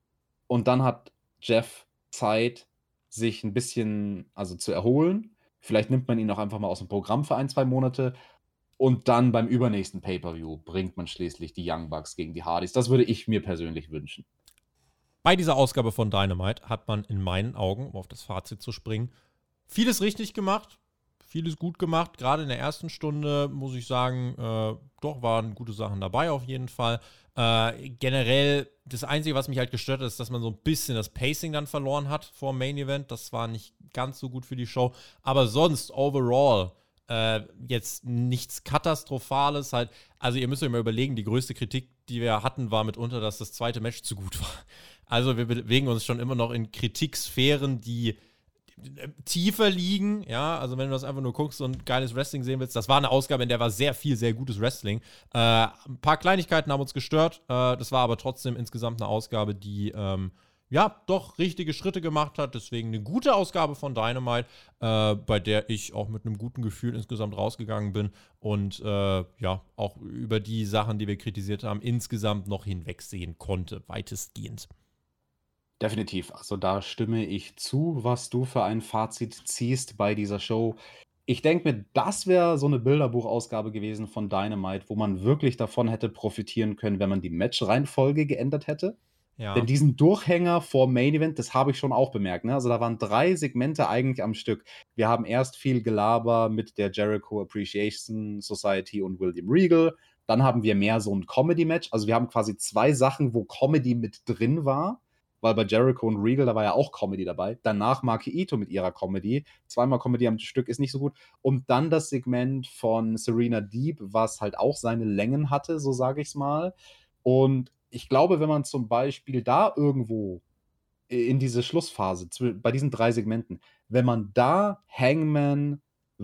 und dann hat Jeff Zeit, sich ein bisschen also zu erholen. Vielleicht nimmt man ihn auch einfach mal aus dem Programm für ein, zwei Monate und dann beim übernächsten Pay-Per-View bringt man schließlich die Young Bucks gegen die Hardys. Das würde ich mir persönlich wünschen. Bei dieser Ausgabe von Dynamite hat man in meinen Augen, um auf das Fazit zu springen, vieles richtig gemacht, vieles gut gemacht. Gerade in der ersten Stunde, muss ich sagen, äh, doch waren gute Sachen dabei auf jeden Fall. Äh, generell, das Einzige, was mich halt gestört hat, ist, dass man so ein bisschen das Pacing dann verloren hat vor dem Main Event. Das war nicht ganz so gut für die Show. Aber sonst, overall, äh, jetzt nichts Katastrophales. Halt. Also ihr müsst euch mal überlegen, die größte Kritik, die wir hatten, war mitunter, dass das zweite Match zu gut war. Also wir bewegen uns schon immer noch in Kritiksphären, die tiefer liegen, ja, also wenn du das einfach nur guckst und geiles Wrestling sehen willst, das war eine Ausgabe, in der war sehr viel, sehr gutes Wrestling. Äh, ein paar Kleinigkeiten haben uns gestört, äh, das war aber trotzdem insgesamt eine Ausgabe, die, ähm, ja, doch richtige Schritte gemacht hat, deswegen eine gute Ausgabe von Dynamite, äh, bei der ich auch mit einem guten Gefühl insgesamt rausgegangen bin und, äh, ja, auch über die Sachen, die wir kritisiert haben, insgesamt noch hinwegsehen konnte, weitestgehend. Definitiv. Also da stimme ich zu, was du für ein Fazit ziehst bei dieser Show. Ich denke mir, das wäre so eine Bilderbuchausgabe gewesen von Dynamite, wo man wirklich davon hätte profitieren können, wenn man die Matchreihenfolge geändert hätte. Ja. Denn diesen Durchhänger vor Main Event, das habe ich schon auch bemerkt. Ne? Also da waren drei Segmente eigentlich am Stück. Wir haben erst viel Gelaber mit der Jericho Appreciation Society und William Regal. Dann haben wir mehr so ein Comedy-Match. Also wir haben quasi zwei Sachen, wo Comedy mit drin war. Weil bei Jericho und Regal, da war ja auch Comedy dabei. Danach Maki Ito mit ihrer Comedy. Zweimal Comedy am Stück ist nicht so gut. Und dann das Segment von Serena Deeb, was halt auch seine Längen hatte, so sage ich es mal. Und ich glaube, wenn man zum Beispiel da irgendwo in diese Schlussphase, bei diesen drei Segmenten, wenn man da Hangman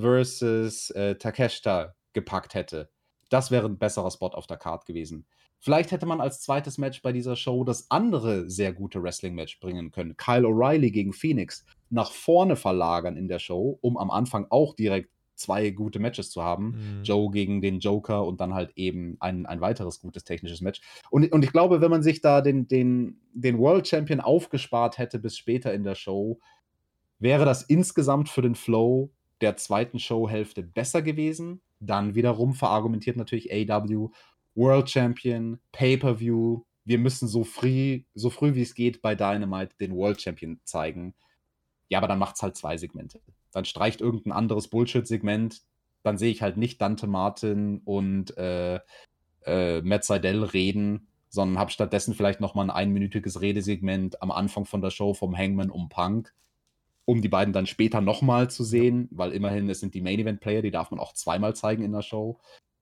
versus äh, Takeshita gepackt hätte, das wäre ein besserer Spot auf der Card gewesen. Vielleicht hätte man als zweites Match bei dieser Show das andere sehr gute Wrestling-Match bringen können. Kyle O'Reilly gegen Phoenix nach vorne verlagern in der Show, um am Anfang auch direkt zwei gute Matches zu haben. Mhm. Joe gegen den Joker und dann halt eben ein, ein weiteres gutes technisches Match. Und, und ich glaube, wenn man sich da den, den, den World Champion aufgespart hätte bis später in der Show, wäre das insgesamt für den Flow der zweiten Showhälfte besser gewesen. Dann wiederum verargumentiert natürlich A E W World Champion, Pay-Per-View. Wir müssen so früh, so früh wie es geht bei Dynamite den World Champion zeigen. Ja, aber dann macht's halt zwei Segmente. Dann streicht irgendein anderes Bullshit-Segment. Dann sehe ich halt nicht Dante Martin und äh, äh, Matt Sydal reden, sondern habe stattdessen vielleicht nochmal ein einminütiges Redesegment am Anfang von der Show vom Hangman um Punk, um die beiden dann später nochmal zu sehen, weil immerhin, es sind die Main-Event-Player, die darf man auch zweimal zeigen in der Show.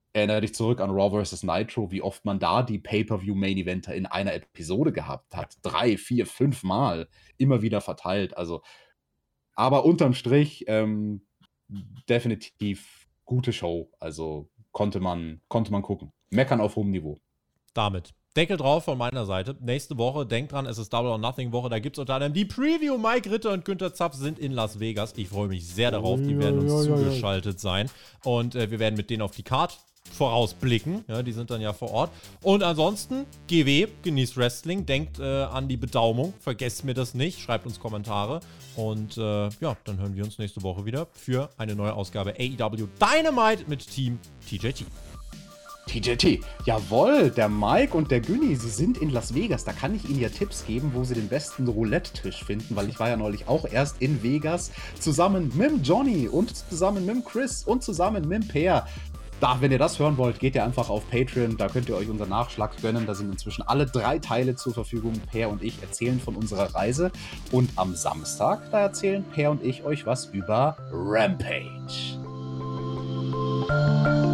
Erinnere dich zurück an Raw versus. Nitro, wie oft man da die Pay-Per-View-Main-Eventer in einer Episode gehabt hat. Drei, vier, fünf Mal. Immer wieder verteilt. Also, aber unterm Strich ähm, definitiv gute Show. Also konnte man, konnte man gucken. Meckern auf hohem Niveau. Damit Deckel drauf von meiner Seite. Nächste Woche, denkt dran, es ist Double or Nothing Woche. Da gibt es unter anderem die Preview. Mike Ritter und Günther Zapf sind in Las Vegas. Ich freue mich sehr darauf. Die werden uns ja, ja, zugeschaltet ja. sein. Und äh, wir werden mit denen auf die Card vorausblicken. Ja, die sind dann ja vor Ort. Und ansonsten, G W, genießt Wrestling. Denkt äh, an die Bedaumung. Vergesst mir das nicht. Schreibt uns Kommentare. Und äh, ja, dann hören wir uns nächste Woche wieder für eine neue Ausgabe A E W Dynamite mit Team T J T. T J T, jawohl, der Mike und der Günni, sie sind in Las Vegas. Da kann ich Ihnen ja Tipps geben, wo Sie den besten Roulette-Tisch finden, weil ich war ja neulich auch erst in Vegas zusammen mit dem Johnny und zusammen mit dem Chris und zusammen mit dem Peer. Da, wenn ihr das hören wollt, geht ihr einfach auf Patreon, da könnt ihr euch unseren Nachschlag gönnen. Da sind inzwischen alle drei Teile zur Verfügung. Peer und ich erzählen von unserer Reise. Und am Samstag, da erzählen Peer und ich euch was über Rampage.